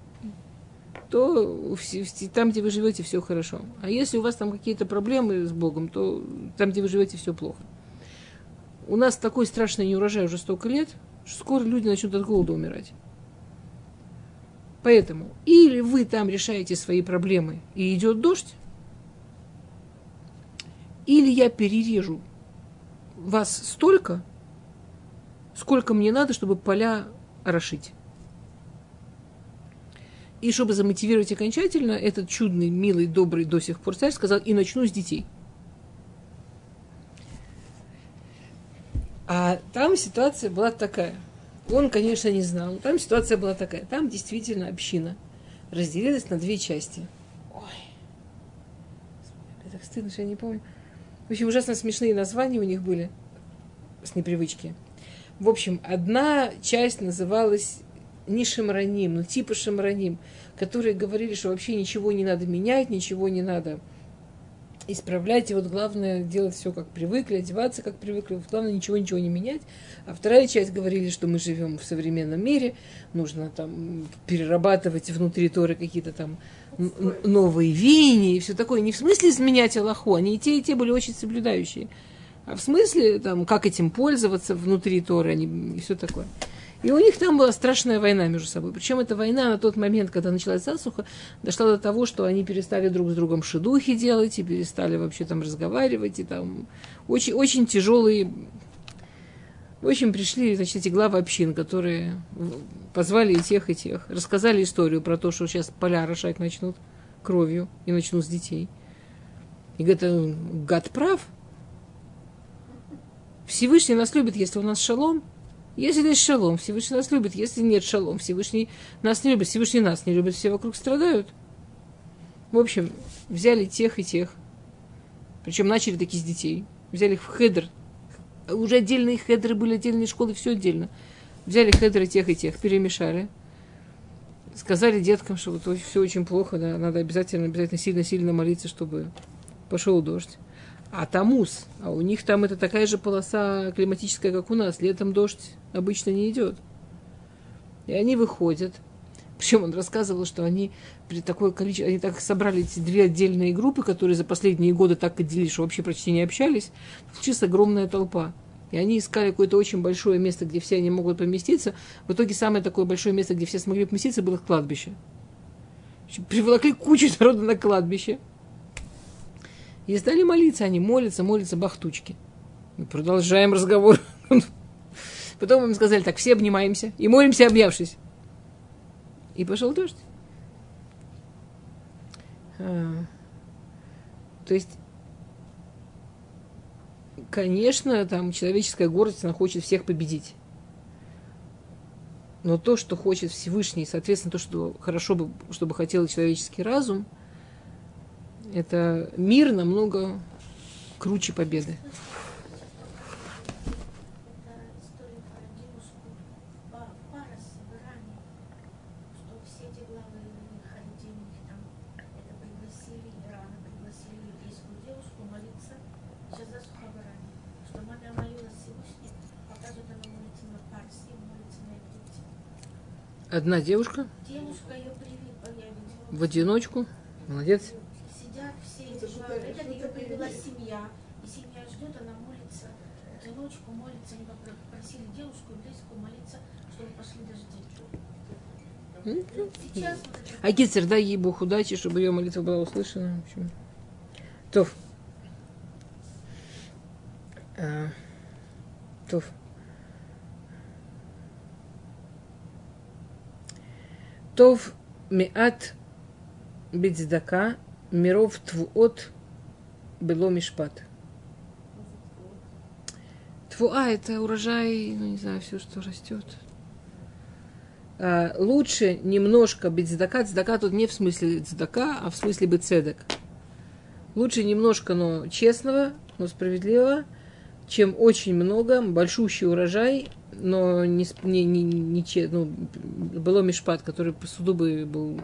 то там, где вы живете, все хорошо. А если у вас там какие-то проблемы с Богом, то там, где вы живете, все плохо. У нас такой страшный неурожай уже столько лет, что скоро люди начнут от голода умирать. Поэтому или вы там решаете свои проблемы и идет дождь, или я перережу вас столько, сколько мне надо, чтобы поля орошить. И чтобы замотивировать окончательно, этот чудный, милый, добрый до сих пор царь сказал: и начну с детей. А там ситуация была такая. Он, конечно, не знал. Там ситуация была такая. Там действительно община разделилась на две части. Ой, мне так стыдно, что я не помню. В общем, ужасно смешные названия у них были с непривычки. В общем, одна часть называлась не Шамраним, но типа Шамраним, которые говорили, что вообще ничего не надо менять, ничего не надо исправлять, и вот главное делать все как привыкли, одеваться как привыкли, вот главное ничего-ничего не менять. А вторая часть говорили, что мы живем в современном мире, нужно там перерабатывать внутри Торы какие-то там н- новые веяния и все такое. Не в смысле изменять Аллаху, они и те, и те были очень соблюдающие, а в смысле, там, как этим пользоваться внутри Торы они, и все такое. И у них там была страшная война между собой. Причем эта война на тот момент, когда началась засуха, дошла до того, что они перестали друг с другом шидухи делать, и перестали вообще там разговаривать, и там очень, очень тяжелые... В общем, пришли, значит, эти главы общин, которые позвали и тех, и тех, рассказали историю про то, что сейчас поля орошать начнут кровью, и начнут с детей. И говорят, гад прав. Всевышний нас любит, если у нас шалом. Если есть шалом, Всевышний нас любит. Если нет шалом, Всевышний нас не любит. Всевышний нас не любит, все вокруг страдают. В общем, взяли тех и тех. Причем начали такие с детей. Взяли их в хедер. Уже отдельные хедры были, отдельные школы, все отдельно. Взяли хедры тех и тех, перемешали. Сказали деткам, что вот все очень плохо, да, надо обязательно, обязательно сильно-сильно молиться, чтобы пошел дождь. А Тамус, а у них там это такая же полоса климатическая, как у нас. Летом дождь обычно не идет. И они выходят. Причем он рассказывал, что они при такое количестве, они так собрали эти две отдельные группы, которые за последние годы так отделились, что вообще почти не общались. Случилась огромная толпа. И они искали какое-то очень большое место, где все они могут поместиться. В итоге самое такое большое место, где все смогли поместиться, было кладбище. Приволокли кучу народа на кладбище. И стали молиться, они молятся, молятся бахтучки. Мы продолжаем разговор. Потом им сказали, так, все обнимаемся и молимся, обнявшись. И пошел дождь. А, то есть, конечно, там человеческая гордость, она хочет всех победить. Но то, что хочет Всевышний, соответственно, то, что хорошо бы, чтобы хотел человеческий разум, это мир намного круче победы. Одна девушка? Девушка ее привела. В одиночку? Молодец. Сидят все эти главы. Это ее привела семья. И семья ждет, она молится. В одиночку молится. Они попросили девушку и близкую молиться, чтобы пошли дожди. Сейчас... А Гицер, дай ей Бог удачи, чтобы ее молитва была услышана. В общем. Тов. А, Тов. Тов миат бицдака миров твуот бело мишпат. Твуа – это урожай, ну не знаю, все, что растет. А, лучше немножко бицдака. Цдака тут не в смысле цдака, а в смысле бецедек. Лучше немножко, но честного, но справедливого, чем очень много, большущий урожай, но не, не, не, не ну, было мишпат, который по суду бы был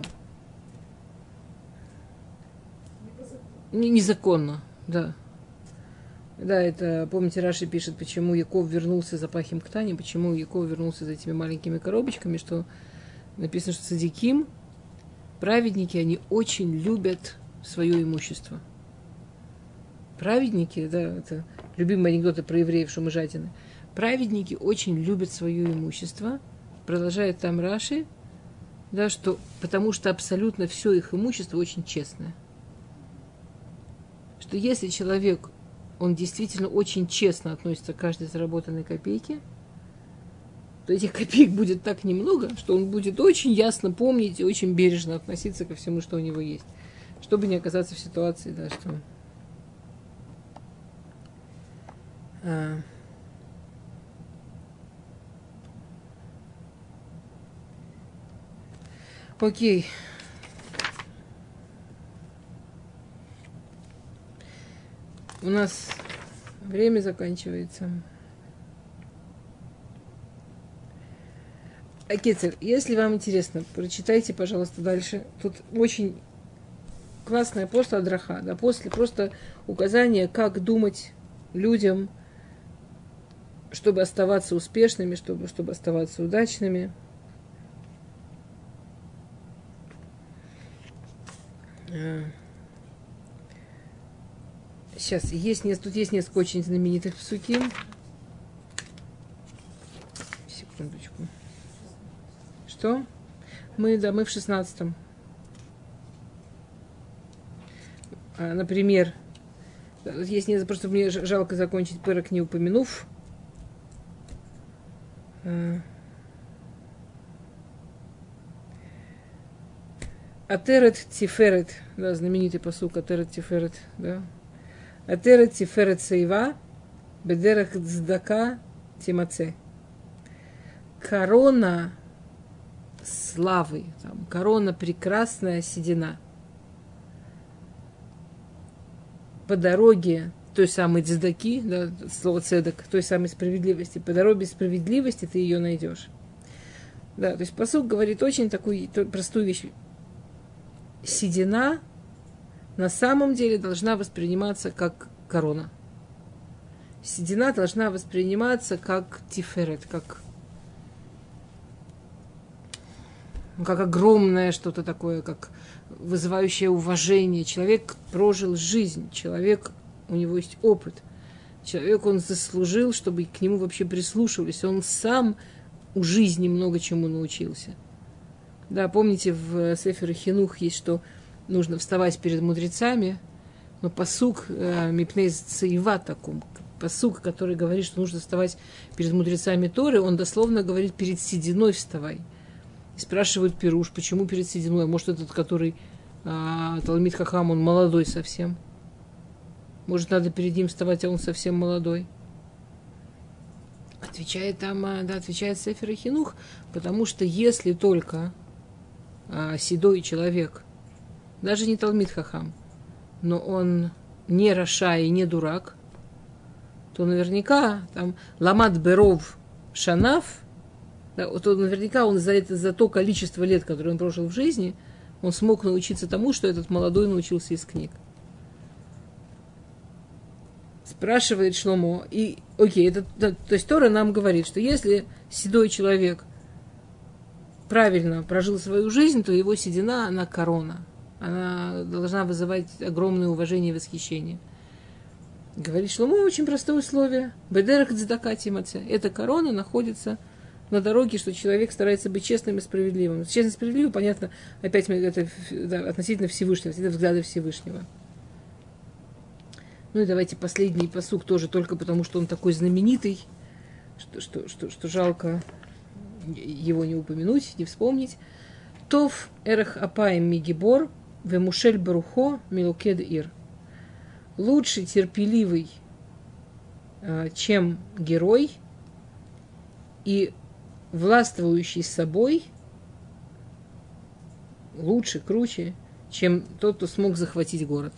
незаконно, да. Да, это, помните, Раши пишет, почему Яков вернулся за Пахим Ктани, почему Яков вернулся за этими маленькими коробочками, что написано, что цадиким, праведники, они очень любят свое имущество. Праведники, да, это любимые анекдоты про евреев, что мы жадины. Праведники очень любят свое имущество, продолжает там Раши, да, что, потому что абсолютно все их имущество очень честное. Что если человек, он действительно очень честно относится к каждой заработанной копейке, то этих копеек будет так немного, что он будет очень ясно помнить и очень бережно относиться ко всему, что у него есть, чтобы не оказаться в ситуации, да, что... А... Окей. У нас время заканчивается. Акецер, если вам интересно, прочитайте, пожалуйста, дальше. Тут очень классная просто адраха, да, после просто указания, как думать людям, чтобы оставаться успешными, чтобы, чтобы оставаться удачными. Сейчас, есть, тут есть несколько очень знаменитых псуким. Секундочку. Что? Мы, да, мы в шестнадцатом. А, например, есть несколько, просто мне жалко закончить пырок, не упомянув. Атерет Тиферет, да, знаменитый пасук Атерет Тиферет, да. Атерет Тиферет Сейва, Бедерах Цдака Тимаце. Корона славы, там, корона прекрасная седина. По дороге той самой цдаки, да, слово цедок, той самой справедливости, по дороге справедливости ты ее найдешь. Да, то есть пасук говорит очень такую простую вещь. Седина на самом деле должна восприниматься как корона. Седина должна восприниматься как тиферет, как, как огромное что-то такое, как вызывающее уважение. Человек прожил жизнь, человек, у него есть опыт. Человек, он заслужил, чтобы к нему вообще прислушивались. Он сам у жизни много чему научился. Да, помните, в Сефер Хинух есть, что нужно вставать перед мудрецами, но пасук мипней цаива таком, пасук, который говорит, что нужно вставать перед мудрецами Торы, он дословно говорит, перед сединой вставай. И спрашивают Пируш, почему перед сединой? Может, этот, который а, Талмид Хахам, он молодой совсем? Может, надо перед ним вставать, а он совсем молодой? Отвечает там, да, отвечает Сефер Хинух, потому что если только а, седой человек, даже не Талмид Хахам, но он не Раша и не дурак, то наверняка там Ламад Беров Шанаф, да, то наверняка он за, это, за то количество лет, которое он прожил в жизни, он смог научиться тому, что этот молодой научился из книг. Спрашивает Шломо, и окей, это, то, то есть Тора нам говорит, что если седой человек правильно прожил свою жизнь, то его седина, она корона. Она должна вызывать огромное уважение и восхищение. Говорит Шломо очень простое условие. Бедерах цдака тимаце. Эта корона находится на дороге, что человек старается быть честным и справедливым. Честно и справедливым, понятно, опять это да, относительно Всевышнего, относительно взгляда Всевышнего. Ну и давайте последний пасук тоже, только потому, что он такой знаменитый, что, что, что, что жалко его не упомянуть, не вспомнить. Тов эрах апаем мигибор вемушель барухо милукед ир. Лучше терпеливый, чем герой, и властвующий собой лучше, круче, чем тот, кто смог захватить город.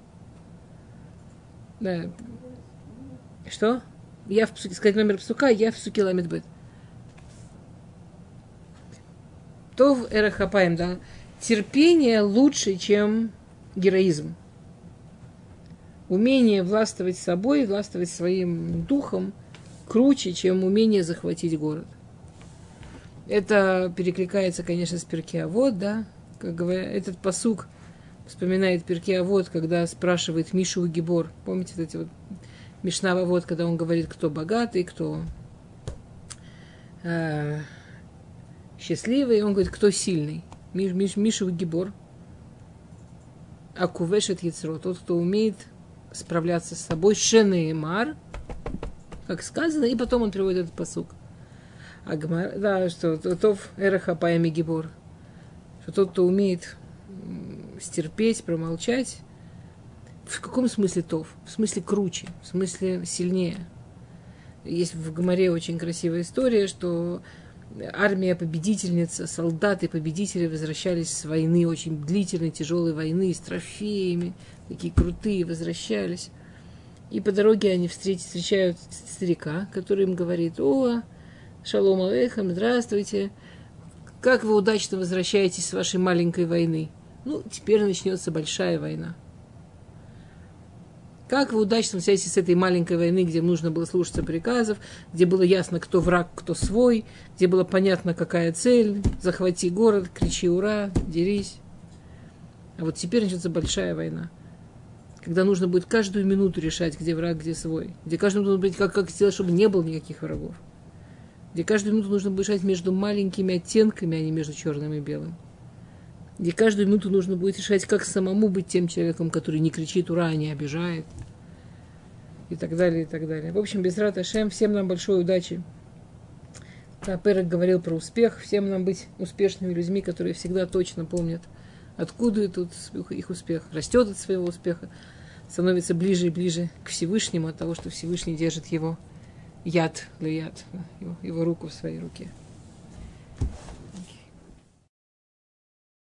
Да. Что? Я в псуке, сказать номер псука, я в псуке ламет бет. Тов эрахапаем, да. Терпение лучше, чем героизм. Умение властвовать собой, властвовать своим духом круче, чем умение захватить город. Это перекликается, конечно, с Перкей Авот, да. Как говорят, этот пасук вспоминает Перкей Авот, когда спрашивает Мишу Гибор. Помните эти вот Мишна Авот, когда он говорит, кто богатый, кто э, счастливый, и он говорит, кто сильный. Миш, Миш, Мишу Гибор. Акувешет Яцро, тот, кто умеет справляться с собой. Шенеймар, как сказано, и потом он приводит этот пасук. Агмар, да, что Тов Эраха Паями Гибор. Что тот, кто умеет стерпеть, промолчать. В каком смысле Тов? В смысле круче, в смысле сильнее. Есть в Гемаре очень красивая история, что армия победительница, солдаты победители возвращались с войны, очень длительной, тяжелой войны, с трофеями, такие крутые, возвращались. И по дороге они встречают старика, который им говорит: о, шалом алейхам, здравствуйте, как вы удачно возвращаетесь с вашей маленькой войны. Ну, теперь начнется большая война. Как вы удачно возвращаетесь с этой маленькой войны, где нужно было слушаться приказов, где было ясно, кто враг, кто свой, где было понятно, какая цель, захвати город, кричи ура, дерись. А вот теперь начнется большая война, когда нужно будет каждую минуту решать, где враг, где свой, где каждую минуту нужно быть, как, как сделать, чтобы не было никаких врагов, где каждую минуту нужно будет решать между маленькими оттенками, а не между черным и белым, где каждую минуту нужно будет решать, как самому быть тем человеком, который не кричит ура, а не обижает, и так далее, и так далее. В общем, Безрат Ашем, всем нам большой удачи. Перек говорил про успех, всем нам быть успешными людьми, которые всегда точно помнят, откуда тут их успех, растет от своего успеха, становится ближе и ближе к Всевышнему от того, что Всевышний держит его яд, яд, его, его руку в своей руке.